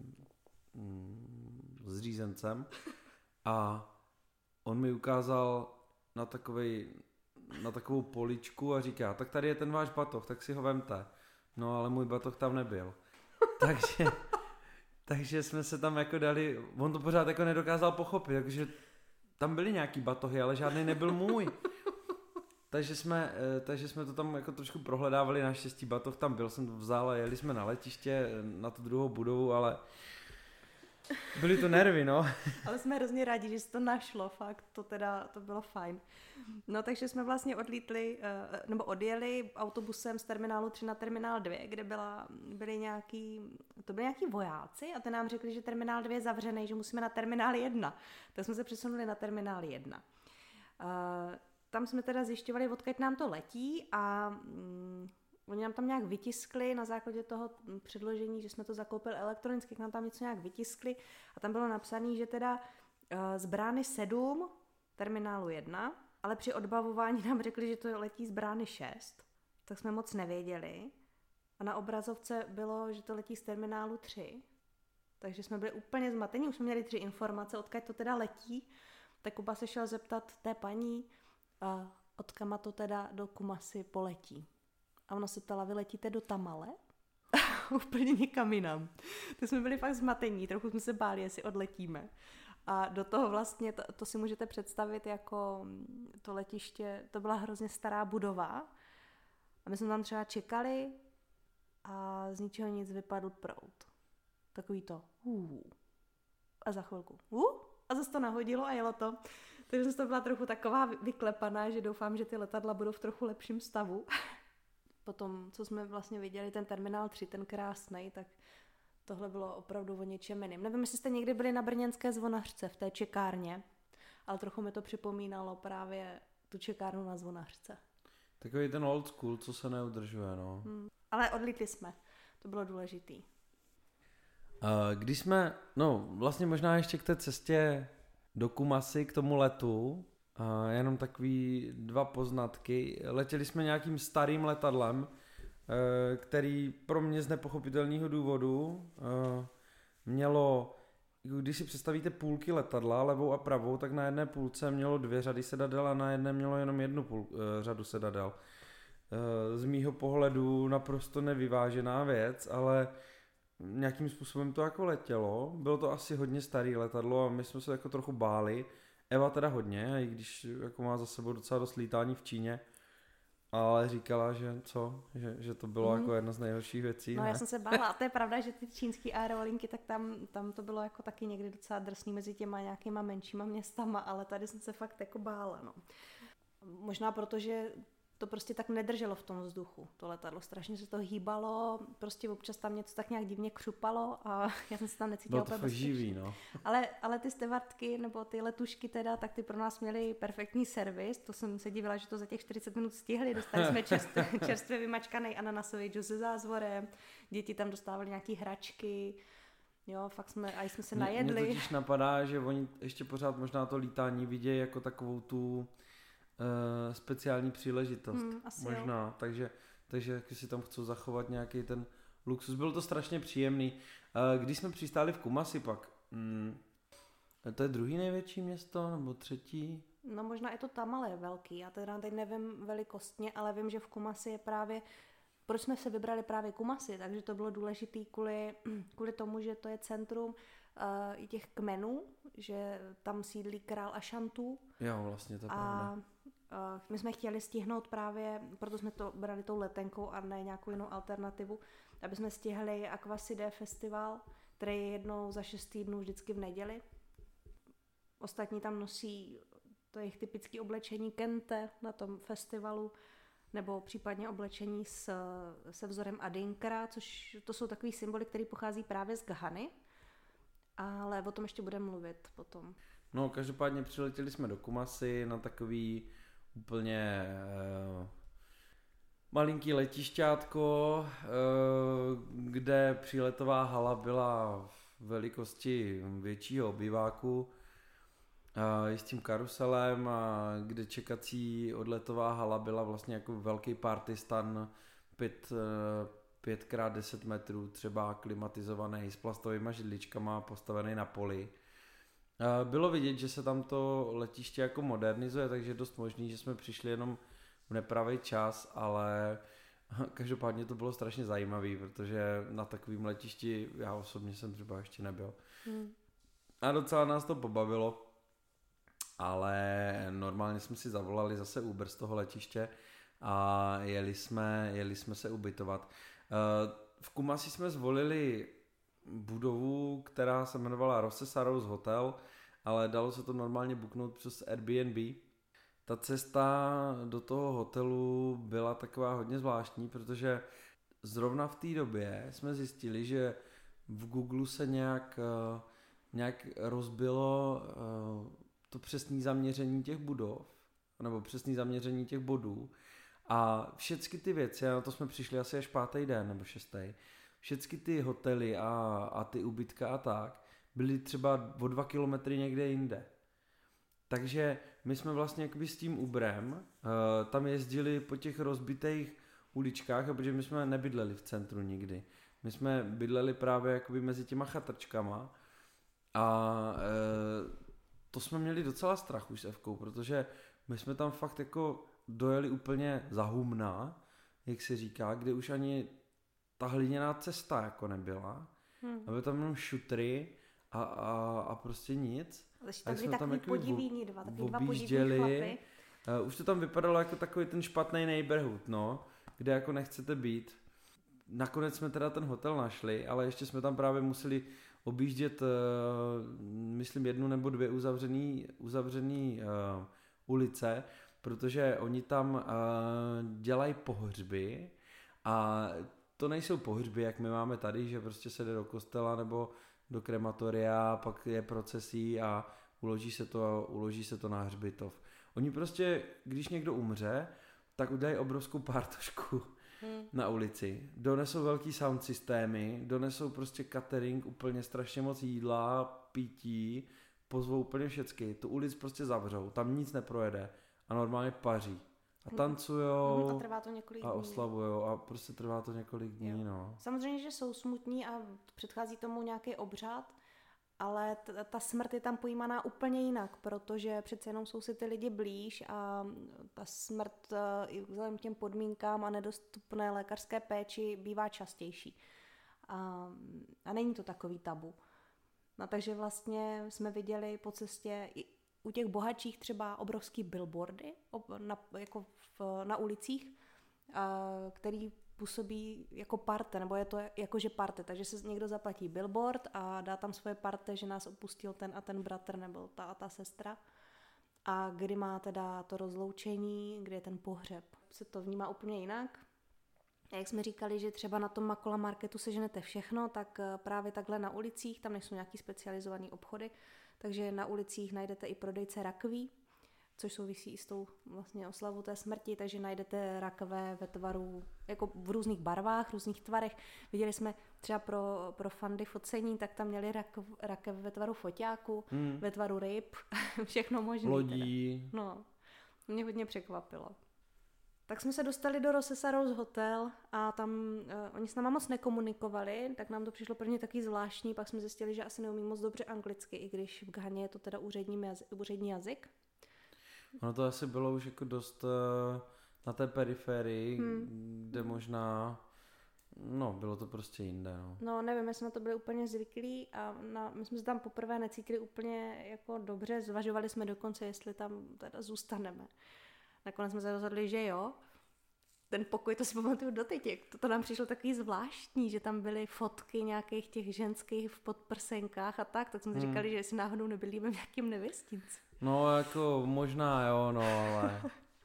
zřízencem a on mi ukázal na takovou poličku a říká, tak tady je ten váš batoh, tak si ho vemte. No ale můj batoh tam nebyl. Takže jsme se tam jako dali, on to pořád jako nedokázal pochopit, takže tam byly nějaký batohy, ale žádný nebyl můj. Takže jsme to tam jako trošku prohledávali, naštěstí batoh tam byl, jsem to vzal a jeli jsme na letiště, na tu druhou budovu, ale byly to nervy, no. Ale jsme hrozně rádi, že se to našlo, fakt, to bylo fajn. No takže jsme vlastně odjeli autobusem z terminálu 3 na terminál 2, kde byli nějaký vojáci a ty nám řekli, že terminál 2 je zavřený, že musíme na terminál 1. Tak jsme se přesunuli na terminál 1. Tam jsme teda zjišťovali, odkud nám to letí a oni nám tam nějak vytiskli na základě toho předložení, že jsme to zakoupili elektronicky, k nám tam něco nějak vytiskli a tam bylo napsané, že teda z brány 7 terminálu 1, ale při odbavování nám řekli, že to letí z brány 6, tak jsme moc nevěděli a na obrazovce bylo, že to letí z terminálu 3, takže jsme byli úplně zmatení, už jsme měli 3 informace, odkud to teda letí, tak Kuba se šel zeptat té paní, odkama to teda do Kumasi poletí. A ona se ptala, vy letíte do Tamale? Úplně někam jinam. Tak jsme byli fakt zmatení, trochu jsme se báli, jestli odletíme. A do toho vlastně, to si můžete představit jako to letiště, to byla hrozně stará budova. A my jsme tam třeba čekali a z ničeho nic vypadl proud. Takový to a za chvilku a zase to nahodilo a jelo to. Takže to byla trochu taková vyklepaná, že doufám, že ty letadla budou v trochu lepším stavu. Potom, co jsme vlastně viděli, ten terminál 3, ten krásnej, tak tohle bylo opravdu o něčem jiným. Nevím, jestli jste někdy byli na brněnské Zvonařce, v té čekárně, ale trochu mi to připomínalo právě tu čekárnu na Zvonařce. Takový ten old school, co se neudržuje, no. Ale odlítli jsme, to bylo důležitý. Když jsme, vlastně možná ještě k té cestě do Kumasi, k tomu letu, jenom takový 2 poznatky. Letěli jsme nějakým starým letadlem, který pro mě z nepochopitelného důvodu mělo, když si představíte půlky letadla, levou a pravou, tak na jedné půlce mělo 2 řady sedadel a na jedné mělo jenom 1 řadu sedadel. Z mýho pohledu naprosto nevyvážená věc, ale nějakým způsobem to jako letělo. Bylo to asi hodně starý letadlo a my jsme se jako trochu báli. Eva teda hodně, i když jako má za sebou docela dost lítání v Číně, ale říkala, že to bylo jako jedna z nejhorších věcí. No ne? Já jsem se bála a to je pravda, že ty čínský aerolinky, tak tam to bylo jako taky někdy docela drsný mezi těma nějakýma menšíma městama, ale tady jsem se fakt jako bála, no. Možná proto, že to prostě tak nedrželo v tom vzduchu, to letadlo. Strašně se to hýbalo, prostě občas tam něco tak nějak divně křupalo a já jsem se tam necítila úplně bezpečně. Živý, no. Ale ty stevardky nebo ty letušky teda, tak ty pro nás měly perfektní servis. To jsem se divila, že to za těch 40 minut stihli. Dostali jsme čerstvě vymačkaný ananasový džus se zázvorem, děti tam dostávaly nějaký hračky. Jo, fakt jsme se najedli. Mně totiž napadá, že oni ještě pořád možná to lítání vidějí jako takovou tu speciální příležitost. Možná, jo. takže si tam chcou zachovat nějaký ten luxus. Bylo to strašně příjemný. Když jsme přistáli v Kumasi pak, to je druhý největší město, nebo třetí? No možná je to Tamale velký, já teda teď nevím velikostně, ale vím, že v Kumasi je právě, proč jsme se vybrali právě Kumasi, takže to bylo důležité kvůli tomu, že to je centrum i těch kmenů, že tam sídlí král Ašantu. Jo, vlastně to je pravda. My jsme chtěli stihnout právě, proto jsme to brali tou letenkou a ne nějakou jinou alternativu, aby jsme stihli Aquacide festival, který je jednou za 6 týdnů vždycky v neděli. Ostatní tam nosí to jejich typické oblečení kente na tom festivalu, nebo případně oblečení se vzorem Adinkra, což to jsou takový symboly, které pochází právě z Ghany, ale o tom ještě budeme mluvit potom. No, každopádně přiletěli jsme do Kumasi na takový úplně malinký letišťátko, kde příletová hala byla v velikosti většího obyváku, i s tím karuselem, kde čekací odletová hala byla vlastně jako velký party stan 5x10 metrů, třeba klimatizovaný s plastovými židličkama, postavený na poli. Bylo vidět, že se tam to letiště jako modernizuje, takže je dost možný, že jsme přišli jenom v nepravý čas, ale každopádně to bylo strašně zajímavý, protože na takovém letišti já osobně jsem třeba ještě nebyl. A docela nás to pobavilo, ale normálně jsme si zavolali zase Uber z toho letiště a jeli jsme se ubytovat. V Kumasi jsme zvolili budovu, která se jmenovala Rose Rose Hotel, ale dalo se to normálně booknout přes Airbnb. Ta cesta do toho hotelu byla taková hodně zvláštní, protože zrovna v té době jsme zjistili, že v Google se nějak rozbilo to přesné zaměření těch budov, nebo přesné zaměření těch bodů a všechny ty věci, a na to jsme přišli asi až 5. den nebo 6. Všechny ty hotely a ty ubytka a tak byly třeba o 2 kilometry někde jinde. Takže my jsme vlastně jakoby s tím Uberem tam jezdili po těch rozbitých uličkách, protože my jsme nebydleli v centru nikdy. My jsme bydleli právě jakoby mezi těma chatrčkama a to jsme měli docela strach už s Evkou, protože my jsme tam fakt jako dojeli úplně za humna, jak se říká, kde už ani ta hliněná cesta jako nebyla. A byly tam jenom šutry a prostě nic. Tak jsme tam takový podivíní dva podivní chlapy. Už to tam vypadalo jako takový ten špatný neighborhood, no, kde jako nechcete být. Nakonec jsme teda ten hotel našli, ale ještě jsme tam právě museli objíždět, myslím, 1 nebo 2 uzavřený ulice, protože oni tam dělají pohřby a to nejsou pohřby, jak my máme tady, že prostě se jde do kostela nebo do krematoria, pak je procesí a uloží se to na hřbitov. Oni prostě, když někdo umře, tak udělají obrovskou pártošku na ulici. Donesou velký sound systémy, donesou prostě catering, úplně strašně moc jídla, pití, pozvou úplně všecky. Tu ulic prostě zavřou, tam nic neprojede a normálně paří. A tancujou a trvá to několik dní. A oslavujou a prostě trvá to několik dní, no. Samozřejmě, že jsou smutní a předchází tomu nějaký obřad, ale ta smrt je tam pojímaná úplně jinak, protože přece jenom jsou si ty lidi blíž a ta smrt i vzhledem k těm podmínkám a nedostupné lékařské péči bývá častější. A není to takový tabu. No takže vlastně jsme viděli po cestě i u těch bohatších třeba obrovský billboardy na ulicích, který působí jako parte, nebo je to jakože parte, takže se někdo zaplatí billboard a dá tam svoje parte, že nás opustil ten a ten bratr nebo ta a ta sestra. A kdy má teda to rozloučení, kdy je ten pohřeb. se to vnímá úplně jinak. A jak jsme říkali, že třeba na tom Makola Marketu seženete všechno, tak právě takhle na ulicích, tam nejsou nějaký specializovaný obchody, takže na ulicích najdete i prodejce rakví, což souvisí i s tou vlastně oslavou té smrti, takže najdete rakve ve tvaru, jako v různých barvách, různých tvarech. Viděli jsme třeba pro fandy focení, tak tam měli rakev ve tvaru foťáku, ve tvaru ryb, všechno možné. Lodí. No, mě hodně překvapilo. Tak jsme se dostali do Rosesa Rose Hotel a tam oni s náma moc nekomunikovali, tak nám to přišlo prvně taky zvláštní, pak jsme zjistili, že asi neumí moc dobře anglicky, i když v Ghaně je to teda úřední jazyk. Ono to asi bylo už jako dost na té periferii, kde možná, no bylo to prostě jinde. No nevím, my jsme na to byli úplně zvyklí a my jsme se tam poprvé necítili úplně jako dobře, zvažovali jsme dokonce, jestli tam teda zůstaneme. Nakonec jsme se rozhodli, že jo. Ten pokoj, to si pamatuju doteď. To nám přišlo takový zvláštní, že tam byly fotky nějakých těch ženských v podprsenkách a tak jsme si říkali, že jestli náhodou nebydlíme v nějakým nevěstinci. No jako možná jo, no ale...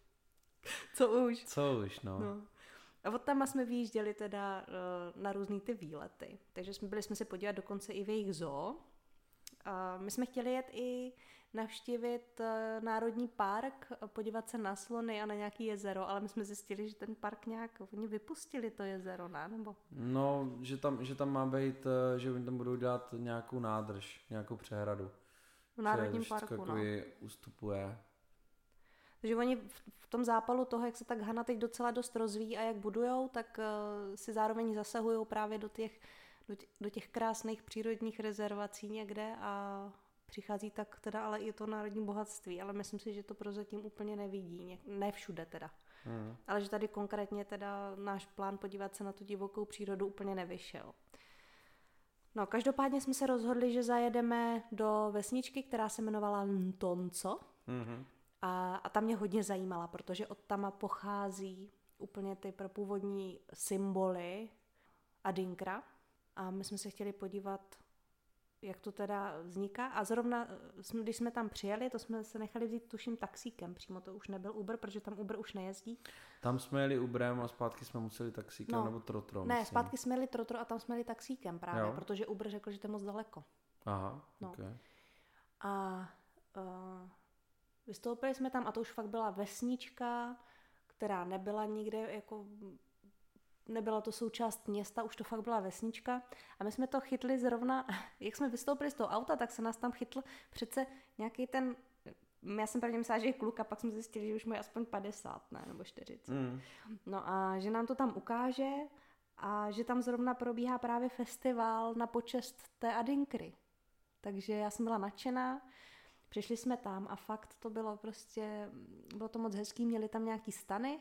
Co už, no. A od tam jsme vyjížděli teda na různý ty výlety. Takže byli jsme se podívat dokonce i v jejich zoo. A my jsme chtěli jet i navštívit národní park, podívat se na slony a na nějaký jezero, ale my jsme zjistili, že ten park nějak, oni vypustili to jezero, ne? Nebo? No, že tam má být, že oni tam budou dělat nějakou nádrž, nějakou přehradu. V národním parku, no. Ustupuje. Takže oni v tom zápalu toho, jak se tak Ghana teď docela dost rozvíjí a jak budujou, tak si zároveň zasahují právě do těch krásných přírodních rezervací někde a přichází tak teda ale i to národní bohatství, ale myslím si, že to prozatím úplně nevidí, ne všude teda. Ale že tady konkrétně teda náš plán podívat se na tu divokou přírodu úplně nevyšel. No, každopádně jsme se rozhodli, že zajedeme do vesničky, která se jmenovala Ntonco. A ta mě hodně zajímala, protože od tam pochází úplně ty propůvodní symboly Adinkra. A my jsme se chtěli podívat, jak to teda vzniká. A zrovna, když jsme tam přijeli, to jsme se nechali vzít tuším taxíkem. Přímo to už nebyl Uber, protože tam Uber už nejezdí. Tam jsme jeli Uberem a zpátky jsme museli taxíkem nebo Trotro. Ne, zpátky jsme jeli Trotro a tam jsme jeli taxíkem právě, jo? Protože Uber řekl, že to je moc daleko. Aha, okay. A vystoupili jsme tam a to už fakt byla vesnička, která nebyla nikde jako... Nebyla to součást města, už to fakt byla vesnička a my jsme to chytli zrovna, jak jsme vystoupili z toho auta, tak se nás tam chytl přece nějaký ten, já jsem prvně myslela, že je kluk a pak jsme zjistili, že už má aspoň 50, ne, nebo 40. No a že nám to tam ukáže a že tam zrovna probíhá právě festival na počest té Adinkry. Takže já jsem byla nadšená, přišli jsme tam a fakt to bylo to moc hezký, měli tam nějaký stany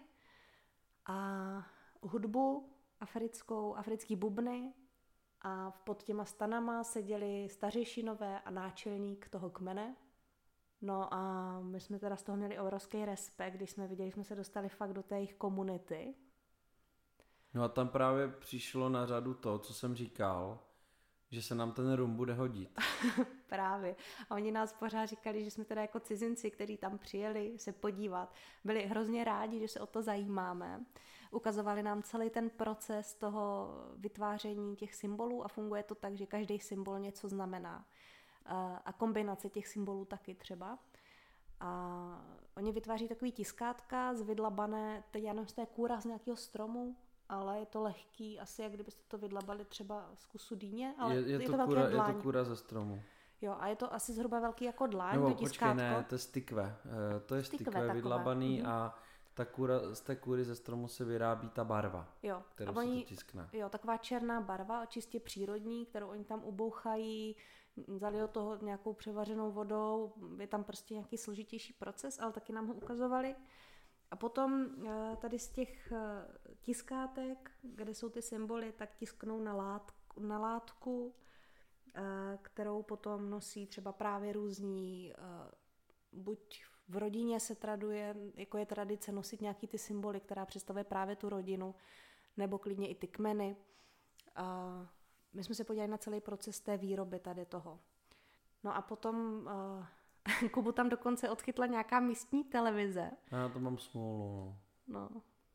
a hudbu africký bubny a pod těma stanama seděli stařešinové a náčelník toho kmene. No a my jsme teda z toho měli obrovský respekt, když jsme viděli, že jsme se dostali fakt do té jejich komunity. No a tam právě přišlo na řadu to, co jsem říkal, že se nám ten rum bude hodit. Právě. A oni nás pořád říkali, že jsme teda jako cizinci, kteří tam přijeli se podívat, byli hrozně rádi, že se o to zajímáme. Ukazovali nám celý ten proces toho vytváření těch symbolů a funguje to tak, že každý symbol něco znamená. A kombinace těch symbolů taky třeba. A oni vytváří takový tiskátka z vydlabané, teď já nevím, jestli to je kůra z nějakého stromu, ale je to lehký, asi jak kdybyste to vydlabali třeba z kusu dýně, ale je to velké dláň. Je to kůra ze stromu. Jo, a je to asi zhruba velký jako dláň, nebo, to tiskátko. Ne, to je stykve. To je stykve vydlabaný a z té kůry ze stromu se vyrábí ta barva, kterou se to tiskne. Jo, taková černá barva, čistě přírodní, kterou oni tam ubouchají, dali do toho nějakou převařenou vodou, je tam prostě nějaký složitější proces, ale taky nám ho ukazovali. A potom tady z těch tiskátek, kde jsou ty symboly, tak tisknou na látku, kterou potom nosí třeba právě různí, buď v rodině se traduje, jako je tradice nosit nějaký ty symboly, která představuje právě tu rodinu, nebo klidně i ty kmeny. My jsme se podívali na celý proces té výroby tady toho. No a potom Kubu tam dokonce odchytla nějaká místní televize. Já to mám smůlu. No,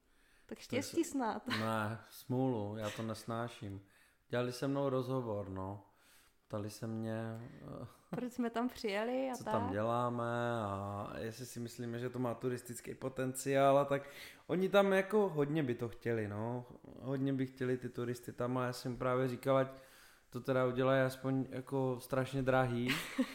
Tak štěstí snad. Ne, smůlu, já to nesnáším. Dělali se mnou rozhovor, no. Ptali se mě, proč jsme tam přijeli a co tak. tam děláme a jestli si myslíme, že to má turistický potenciál a tak. Oni tam jako hodně by to chtěli, no. Hodně by chtěli ty turisty tam a já jsem právě říkal, ať to teda udělají aspoň jako strašně drahý.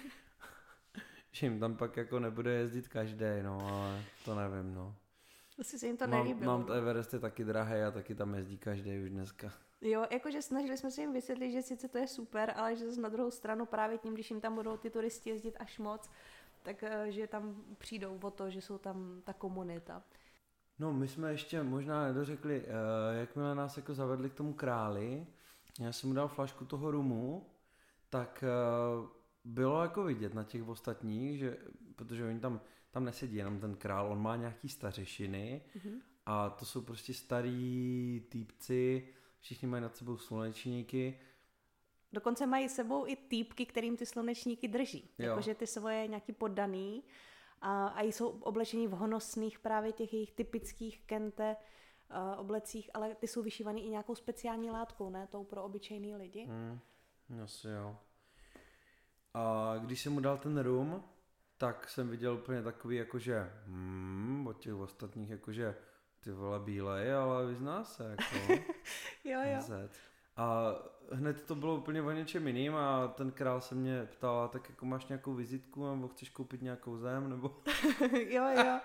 Že jim tam pak jako nebude jezdit každý, no, ale to nevím, no. Asi se jim to nelíbilo. Mount Everest je taky drahý a taky tam jezdí každý už dneska. Jo, jakože snažili jsme se jim vysvětlit, že sice to je super, ale že zase na druhou stranu právě tím, když jim tam budou ty turisti jezdit až moc, tak že tam přijdou o to, že jsou tam ta komunita. No, my jsme ještě možná nedořekli, jakmile nás jako zavedli k tomu králi, já jsem mu dal flašku toho rumu, tak bylo jako vidět na těch ostatních, že, protože oni tam nesedí jenom ten král, on má nějaký stařešiny a to jsou prostě starý týpci, všichni mají nad sebou slunečníky. Dokonce mají s sebou i týpky, kterým ty slunečníky drží. Jakože ty svoje nějaký poddaný a jsou oblečení v honosných právě těch jejich typických kente oblecích, ale ty jsou vyšívaný i nějakou speciální látkou, ne? Tou pro obyčejný lidi. Asi jo. A když jsem mu dal ten rum, tak jsem viděl úplně takový jakože od těch ostatních jakože ty vole bílej, ale vyzná se jako. Jo. A hned to bylo úplně o něčem jiným a ten král se mě ptal, tak jako máš nějakou vizitku nebo chceš koupit nějakou zem nebo... jo.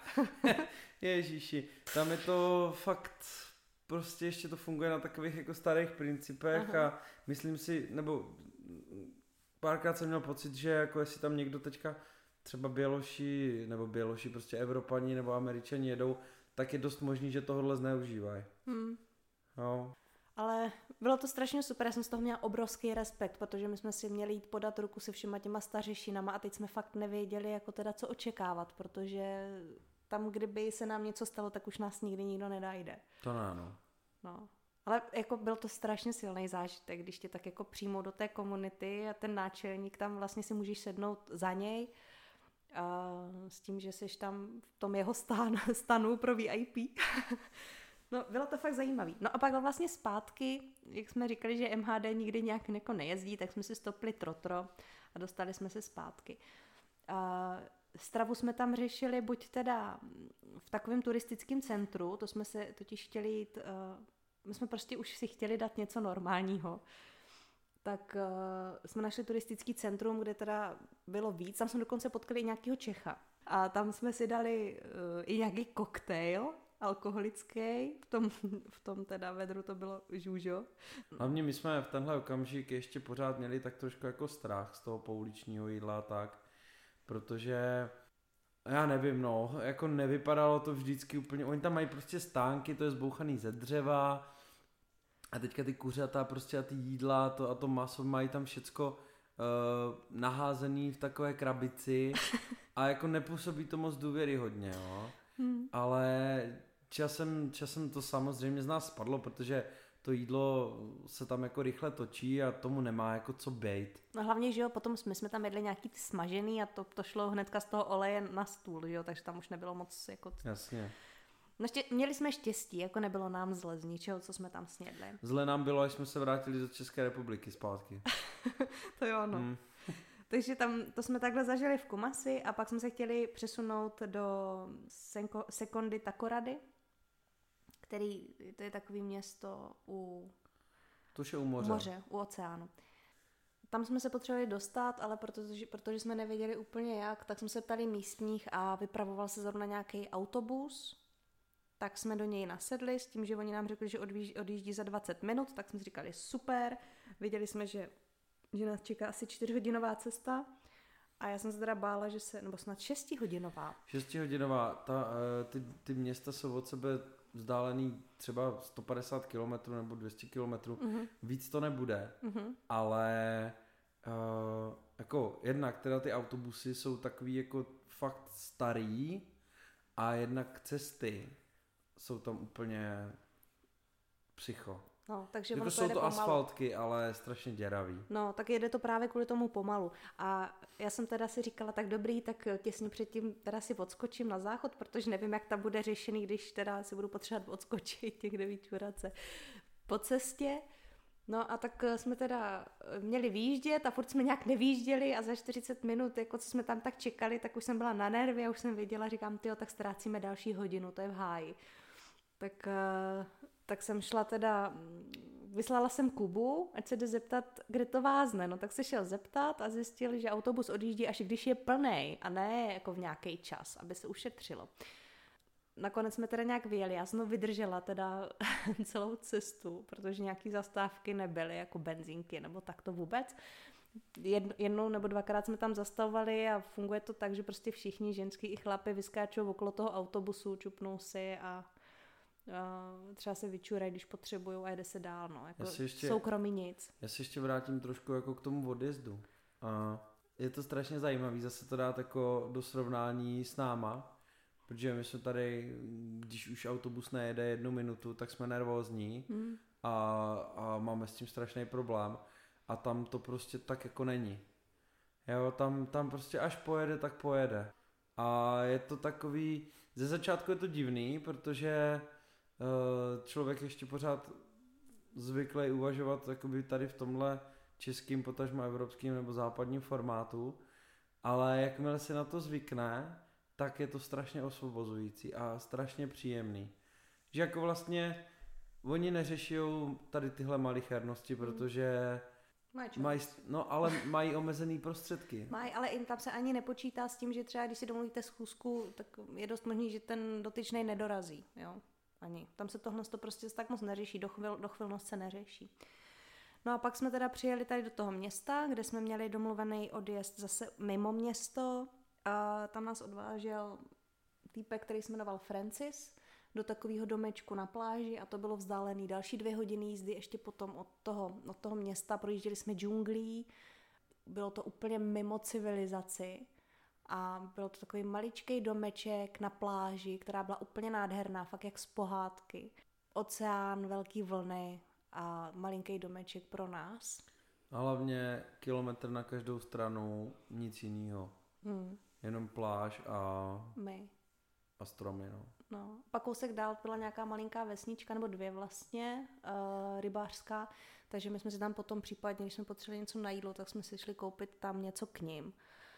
Ježíši, tam je to fakt, prostě ještě to funguje na takových jako starých principech. Aha. A myslím si, nebo párkrát jsem měl pocit, že jako jestli tam někdo teďka třeba Běloši, prostě Evropani nebo Američani jedou, tak je dost možný, že tohle zneužívají. No. Ale bylo to strašně super, já jsem z toho měla obrovský respekt, protože my jsme si měli jít podat ruku se všema těma stařešinama a teď jsme fakt nevěděli, jako teda co očekávat, protože tam, kdyby se nám něco stalo, tak už nás nikdy nikdo nedajde. To ne, no. Ale jako byl to strašně silný zážitek, když tě tak jako přijmou do té komunity a ten náčelník tam vlastně si můžeš sednout za něj a s tím, že jsi tam v tom jeho stanu pro VIP. No, bylo to fakt zajímavý. No a pak vlastně zpátky, jak jsme říkali, že MHD nikdy nějak jako nejezdí, tak jsme si stopli trotro a dostali jsme se zpátky. Stravu jsme tam řešili buď teda v takovém turistickém centru, to jsme se totiž chtěli jít, my jsme prostě už si chtěli dát něco normálního, tak jsme našli turistický centrum, kde teda bylo víc, tam jsme dokonce potkali i nějakého Čecha a tam jsme si dali i nějaký koktejl alkoholický, v tom teda vedru to bylo žůžo. Hlavně my jsme v tenhle okamžik ještě pořád měli tak trošku jako strach z toho pouličního jídla tak, protože já nevím, no, jako nevypadalo to vždycky úplně, oni tam mají prostě stánky, to je zbouchaný ze dřeva a teďka ty kuřata prostě a ty jídla a to maso mají tam všecko naházený v takové krabici a jako nepůsobí to moc důvěryhodně, jo. Ale časem to samozřejmě z nás spadlo, protože to jídlo se tam jako rychle točí a tomu nemá jako co bejt. No hlavně, že jo, potom my jsme tam jedli nějaký smažený a to šlo hnedka z toho oleje na stůl, že jo, takže tam už nebylo moc jako... Jasně. No měli jsme štěstí, jako nebylo nám zle z ničeho, co jsme tam snědli. Zle nám bylo, až jsme se vrátili do České republiky zpátky. To jo, no. Takže to jsme takhle zažili v Kumasi a pak jsme se chtěli přesunout do Sekondi Takorady, to je takový město u moře, u oceánu. Tam jsme se potřebovali dostat, ale protože jsme nevěděli úplně jak, tak jsme se ptali místních a vypravoval se zrovna nějaký autobus, tak jsme do něj nasedli s tím, že oni nám řekli, že odjíždí za 20 minut, tak jsme si říkali super, viděli jsme, že nás čeká asi 4hodinová cesta a já jsem se teda bála, nebo snad 6hodinová. 6hodinová, ty města jsou od sebe vzdálený třeba 150 km nebo 200 km, víc to nebude, ale jako jednak teda ty autobusy jsou takový jako fakt starý a jednak cesty jsou tam úplně psycho. No, takže jako ono to jsou jede to pomalu. asfaltky, ale strašně děravý. No, tak jede to právě kvůli tomu pomalu. A já jsem teda si říkala, tak dobrý, tak těsně předtím teda si odskočím na záchod, protože nevím, jak tam bude řešený, když teda si budu potřebovat odskočit někde vyčurat se po cestě. No a tak jsme teda měli výjíždět a furt jsme nějak nevýjížděli a za 40 minut, jako co jsme tam tak čekali, tak už jsem byla na nervy a už jsem věděla, říkám, tyjo, tak ztrácíme další hodinu, to je v háji. Tak jsem šla teda, vyslala jsem Kubu, ať se jde zeptat, kde to vázne. No tak se šel zeptat a zjistil, že autobus odjíždí až když je plnej a ne jako v nějaký čas, aby se ušetřilo. Nakonec jsme teda nějak vyjeli, já jsem to vydržela teda celou cestu, protože nějaký zastávky nebyly, jako benzínky nebo tak to vůbec. Jednou nebo dvakrát jsme tam zastavovali a funguje to tak, že prostě všichni ženský i chlapi vyskáčou okolo toho autobusu, čupnou si a třeba se vyčurají, když potřebujou a jede se dál, no, jako soukromí nic. Já se ještě vrátím trošku jako k tomu odjezdu. A je to strašně zajímavý zase to dát jako do srovnání s náma, protože my jsme tady, když už autobus nejede 1 minutu, tak jsme nervózní a máme s tím strašný problém a tam to prostě tak jako není. Jo, tam prostě až pojede, tak pojede. A je to takový, ze začátku je to divný, protože člověk ještě pořád zvyklý uvažovat jakoby tady v tomhle českým, potažmo evropským nebo západním formátu, ale jakmile se na to zvykne, tak je to strašně osvobozující a strašně příjemný. Že jako vlastně oni neřešijou tady tyhle malichernosti, protože mají omezený prostředky. Mají, ale i tam se ani nepočítá s tím, že třeba když si domluvíte schůzku, tak je dost možný, že ten dotyčnej nedorazí, jo. Ani. Tam se tohle to prostě tak moc neřeší, dochvilnost se neřeší. No a pak jsme teda přijeli tady do toho města, kde jsme měli domluvený odjezd zase mimo město a tam nás odvážel týpek, který se jmenoval Francis, do takového domečku na pláži a to bylo vzdálený další 2 hodiny jízdy ještě potom od toho města, projížděli jsme džunglí, bylo to úplně mimo civilizaci. A byl to takový maličkej domeček na pláži, která byla úplně nádherná, fakt jak z pohádky. Oceán, velký vlny a malinký domeček pro nás. A hlavně kilometr na každou stranu, nic jiného. Jenom pláž a stromy. No. Pak kousek dál byla nějaká malinká vesnička, nebo 2 vlastně, rybářská, takže my jsme si tam potom případně, když jsme potřebovali něco na jídlo, tak jsme si šli koupit tam něco k nim.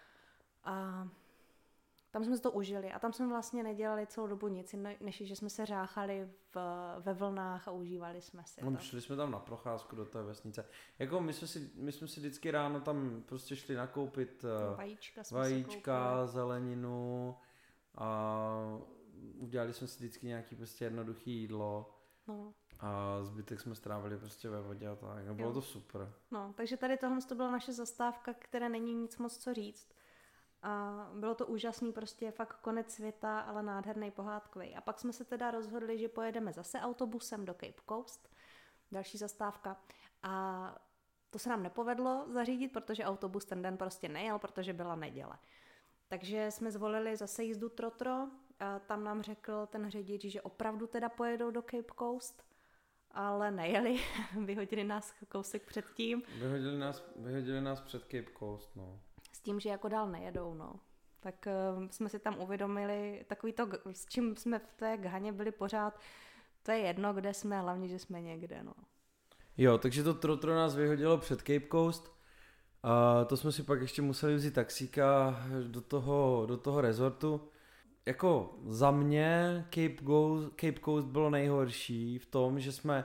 A tam jsme si to užili a tam jsme vlastně nedělali celou dobu nic, než že jsme se řáchali ve vlnách a užívali jsme si to. Šli jsme tam na procházku do té vesnice. Jako my jsme si vždycky ráno tam prostě šli nakoupit vajíčka, zeleninu a udělali jsme si vždycky nějaký prostě jednoduchý jídlo. No. A zbytek jsme strávili prostě ve vodě a tak. Bylo to super. No, takže tady tohle to byla naše zastávka, které není nic moc co říct. A bylo to úžasný, prostě fakt konec světa, ale nádherný, pohádkový. A pak jsme se teda rozhodli, že pojedeme zase autobusem do Cape Coast, další zastávka. A to se nám nepovedlo zařídit, protože autobus ten den prostě nejel, protože byla neděle. Takže jsme zvolili zase jízdu Trotro. A tam nám řekl ten řidič, že opravdu teda pojedou do Cape Coast, ale nejeli. Vyhodili nás kousek předtím. Vyhodili nás před Cape Coast, no. S tím, že jako dál nejedou, no. Tak jsme si tam uvědomili takový to, s čím jsme v té Ghaně byli pořád, to je jedno, kde jsme, hlavně, že jsme někde, no. Jo, takže to Trotro nás vyhodilo před Cape Coast a to jsme si pak ještě museli vzít taxíka do toho resortu. Jako za mě Cape Coast bylo nejhorší v tom, že jsme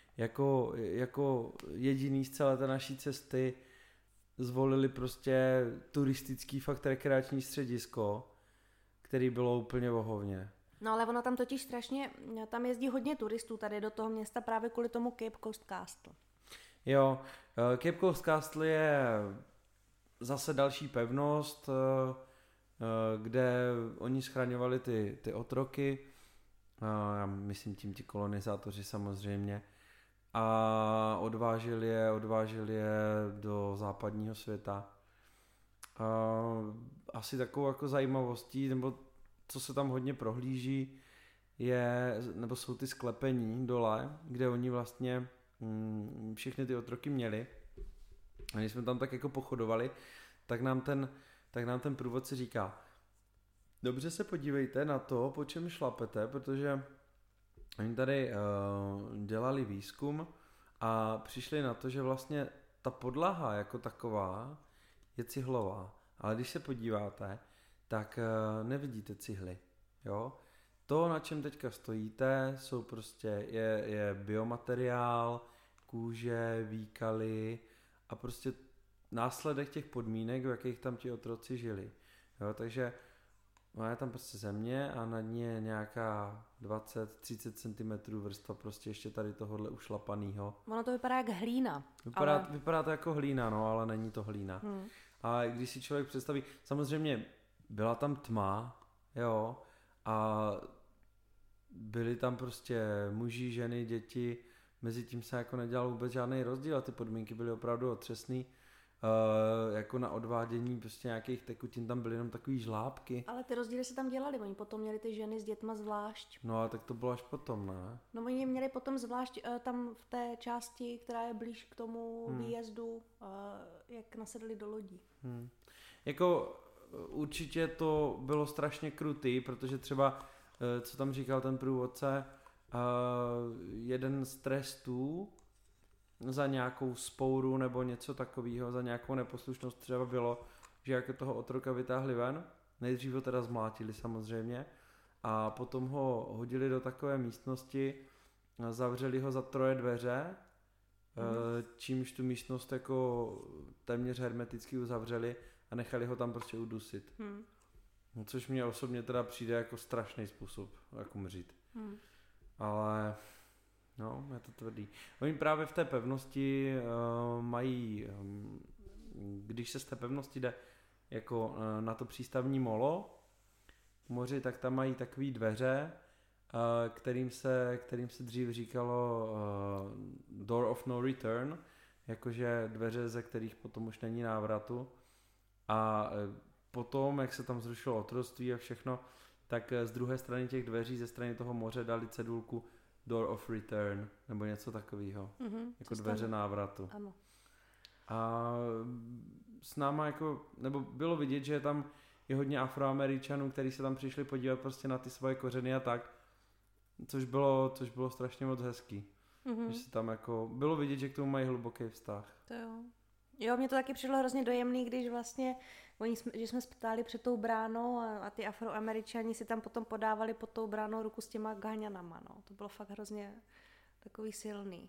jako jediný z celé té naší cesty zvolili prostě turistický fakt rekreační středisko, který bylo úplně vohovně. No ale ono tam totiž strašně, tam jezdí hodně turistů tady do toho města právě kvůli tomu Cape Coast Castle. Jo, Cape Coast Castle je zase další pevnost, kde oni schraňovali ty otroky, já myslím tím ti kolonizátoři samozřejmě, a odvážili je do západního světa. Asi takovou jako zajímavostí, nebo co se tam hodně prohlíží, jsou ty sklepení dole, kde oni vlastně všechny ty otroky měli. A když jsme tam tak jako pochodovali, tak nám ten průvodce říká, dobře se podívejte na to, po čem šlapete, protože oni tady dělali výzkum a přišli na to, že vlastně ta podlaha jako taková je cihlová, ale když se podíváte, tak nevidíte cihly, jo. To, na čem teďka stojíte, jsou prostě, je biomateriál, kůže, výkaly a prostě následek těch podmínek, v jakých tam ti otroci žili. Jo, takže je tam prostě země a na ní je nějaká 20-30 cm vrstva prostě ještě tady tohohle ušlapanýho. Ono to vypadá jak hlína. Vypadá to jako hlína, no, ale není to hlína. A když si člověk představí, samozřejmě byla tam tma, jo, a byli tam prostě muži, ženy, děti, mezi tím se jako nedělal vůbec žádný rozdíl a ty podmínky byly opravdu otřesný. Jako na odvádění prostě nějakých tekutin tam byly jenom takový žlábky. Ale ty rozdíly se tam dělali, oni potom měli ty ženy s dětma zvlášť. No a tak to bylo až potom, ne? No oni měli potom zvlášť tam v té části, která je blíž k tomu výjezdu, jak nasedli do lodí. Jako určitě to bylo strašně krutý, protože třeba, co tam říkal ten průvodce, jeden z trestů za nějakou spouru nebo něco takového, za nějakou neposlušnost třeba bylo, že jako toho otroka vytáhli ven, nejdřív ho teda zmlátili samozřejmě a potom ho hodili do takové místnosti, zavřeli ho za 3 dveře, čímž tu místnost jako téměř hermeticky uzavřeli a nechali ho tam prostě udusit. No, což mě osobně teda přijde jako strašný způsob, jak umřít. Ale no, je to tvrdý. Oni právě v té pevnosti mají, když se z té pevnosti jde jako na to přístavní molo k moři, tak tam mají takové dveře, kterým se dřív říkalo door of no return, jakože dveře, ze kterých potom už není návratu. A potom, jak se tam zrušilo otroctví a všechno, tak z druhé strany těch dveří, ze strany toho moře dali cedulku door of return, nebo něco takového, jako dveře návratu. Ano. A s náma jako, nebo bylo vidět, že tam je hodně Afroameričanů, kteří se tam přišli podívat prostě na ty svoje kořeny a tak, což bylo strašně moc hezký. Že se tam jako, bylo vidět, že k tomu mají hluboký vztah. To jo. Jo, mě to taky přišlo hrozně dojemný, když vlastně že jsme stáli před tou bránou a ty Afroameričani si tam potom podávali pod tou bránou ruku s těma Ghaňanama, no. To bylo fakt hrozně takový silný.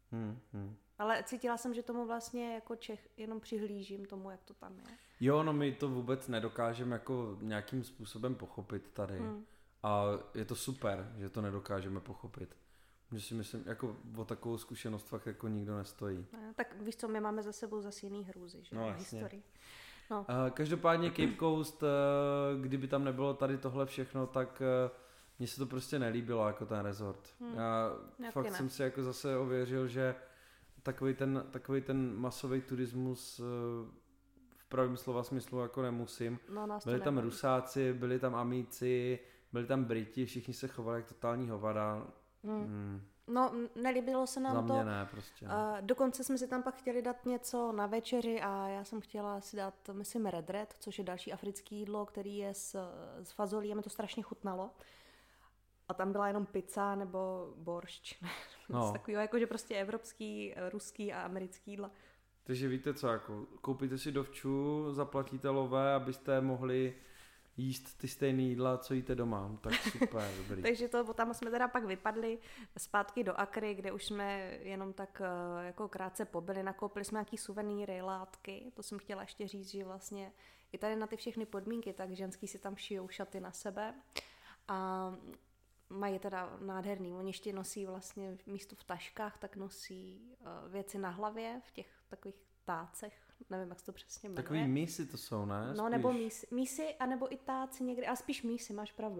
Ale cítila jsem, že tomu vlastně jako Čech jenom přihlížím tomu, jak to tam je. Jo, no my to vůbec nedokážeme jako nějakým způsobem pochopit tady. A je to super, že to nedokážeme pochopit. Že si myslím, jako o takovou zkušenost fakt jako nikdo nestojí. No, tak víš co, my máme za sebou zase jiný hrůzy, že? No, historii. No. Každopádně Cape Coast, kdyby tam nebylo tady tohle všechno, tak mně se to prostě nelíbilo jako ten resort. Já fakt jsem si jako zase ověřil, že takový ten masový turismus v pravém slova smyslu jako nemusím. No, byli tam Rusáci, byli tam Amíci, byli tam Briti, všichni se chovali jak totální hovada. No, nelíbilo se nám za mě to. Ne, prostě. Dokonce jsme si tam pak chtěli dát něco na večeři a já jsem chtěla si dát, myslím, red red, což je další africké jídlo, který je s fazolí a mi to strašně chutnalo. A tam byla jenom pizza nebo boršč. No. Takového, jakože prostě evropský, ruský a americký jídla. Takže víte co, jako koupíte si dovču, zaplatíte lové, abyste mohli jíst ty stejné jídla, co jíte doma. Tak super, dobrý. Takže tam jsme teda pak vypadli zpátky do Akry, kde už jsme jenom tak jako krátce pobyli, nakoupili jsme nějaký suvenýry, látky, to jsem chtěla ještě říct, že vlastně i tady na ty všechny podmínky, tak ženský si tam šijou šaty na sebe a mají teda nádherný, oni ještě nosí vlastně místo v taškách, tak nosí věci na hlavě v těch takových tácech, nevím, jak se to přesně jmenuje. Takový mísy to jsou, ne? No, spíš. Nebo mísy, anebo i táci někdy, ale spíš mísy, máš pravdu.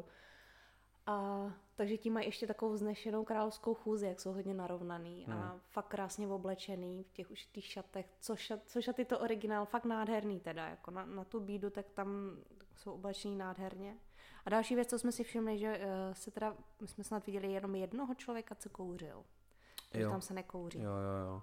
Takže ti mají ještě takovou vznešenou královskou chůzi, jak jsou hodně narovnaný a fakt krásně oblečený v těch už těch šatech, co šaty to originál, fakt nádherný teda, jako na tu bídu, tak tam jsou oblečený nádherně. A další věc, co jsme si všimli, že my jsme snad viděli jenom jednoho člověka, co kouřil. takže tam se nekouří. Jo.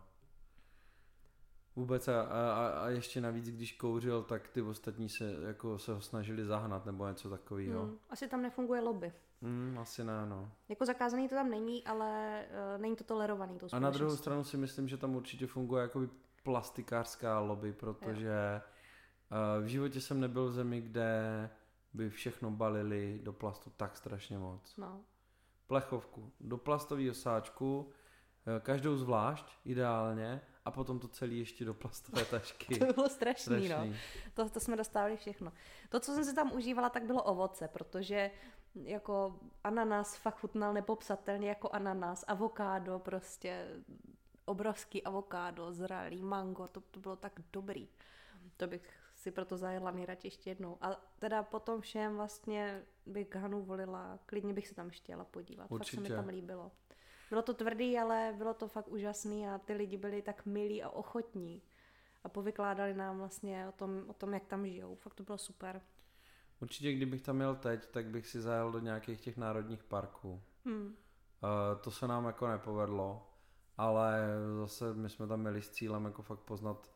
Vůbec a ještě navíc, když kouřil, tak ty ostatní se ho snažili zahnat nebo něco takového. Asi tam nefunguje lobby. Asi ne, no. Jako zakázaný to tam není, ale není to tolerovaný. A na druhou stranu si myslím, že tam určitě funguje jakoby plastikářská lobby, protože v životě jsem nebyl v zemi, kde by všechno balili do plastu tak strašně moc. No. Plechovku do plastového sáčku, každou zvlášť, ideálně, a potom to celé ještě do plastové tašky. To bylo strašný. No. To jsme dostávali všechno. To, co jsem si tam užívala, tak bylo ovoce, protože jako ananas fakt chutnal nepopsatelně jako ananas, avokádo prostě, obrovský avokádo, zralý mango, to bylo tak dobrý. To bych si proto zajela nejradši ještě jednou. A teda potom všem vlastně bych Ghanu volila, klidně bych se tam chtěla podívat. Určitě. Fakt se mi tam líbilo. Bylo to tvrdý, ale bylo to fakt úžasný a ty lidi byli tak milí a ochotní. A povykládali nám vlastně o tom, jak tam žijou. Fakt to bylo super. Určitě, kdybych tam jel teď, tak bych si zajel do nějakých těch národních parků. To se nám jako nepovedlo, ale zase my jsme tam měli s cílem jako fakt poznat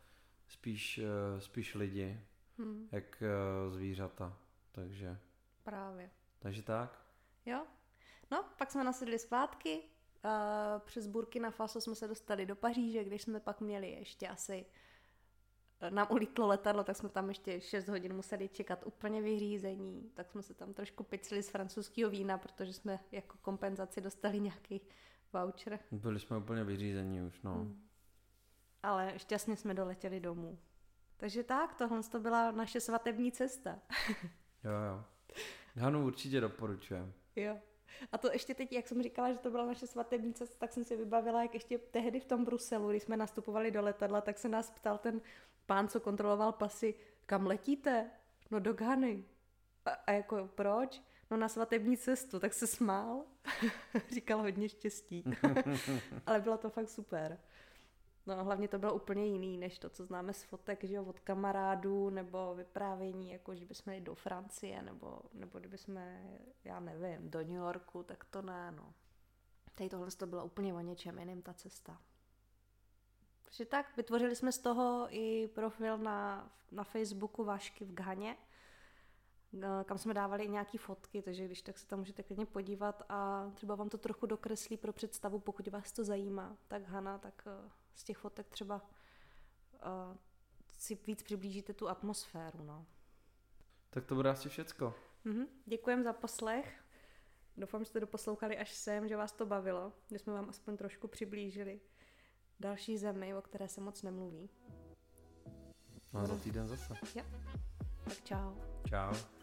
spíš lidi, jak zvířata. Takže. Právě. Takže tak? Jo. No, pak jsme nasedli zpátky. Přes Burkina Faso jsme se dostali do Paříže, když jsme pak měli ještě asi nám ulítlo letadlo, tak jsme tam ještě 6 hodin museli čekat úplně vyřízení, tak jsme se tam trošku picli z francouzského vína, protože jsme jako kompenzaci dostali nějaký voucher. Byli jsme úplně vyřízení už, no. Ale šťastně jsme doletěli domů. Takže tak, tohle to byla naše svatební cesta. Jo. Ghanu určitě doporučujem. Jo. A to ještě teď, jak jsem říkala, že to byla naše svatební cesta, tak jsem si vybavila, jak ještě tehdy v tom Bruselu, když jsme nastupovali do letadla, tak se nás ptal ten pán, co kontroloval pasy, kam letíte? No do Ghany. A jako proč? No na svatební cestu, tak se smál. Říkal hodně štěstí. Ale bylo to fakt super. No hlavně to bylo úplně jiný, než to, co známe z fotek, že jo, od kamarádů, nebo vyprávění, jako že bychom jeli do Francie, nebo kdybychom, já nevím, do New Yorku, tak to ne, no. Tady tohle to bylo úplně o něčem jiným, ta cesta. Takže tak, vytvořili jsme z toho i profil na Facebooku Vašky v Ghaně, kam jsme dávali i nějaký fotky, takže když tak se tam můžete klidně podívat a třeba vám to trochu dokreslí pro představu, pokud vás to zajímá, tak Ghana, tak z těch fotek třeba si víc přiblížíte tu atmosféru, no. Tak to bude asi všecko. Děkujem za poslech. Doufám, že jste doposlouchali až sem, že vás to bavilo, že jsme vám aspoň trošku přiblížili další zemi, o které se moc nemluví. No a za týden zase. Jo. Tak čau. Čau.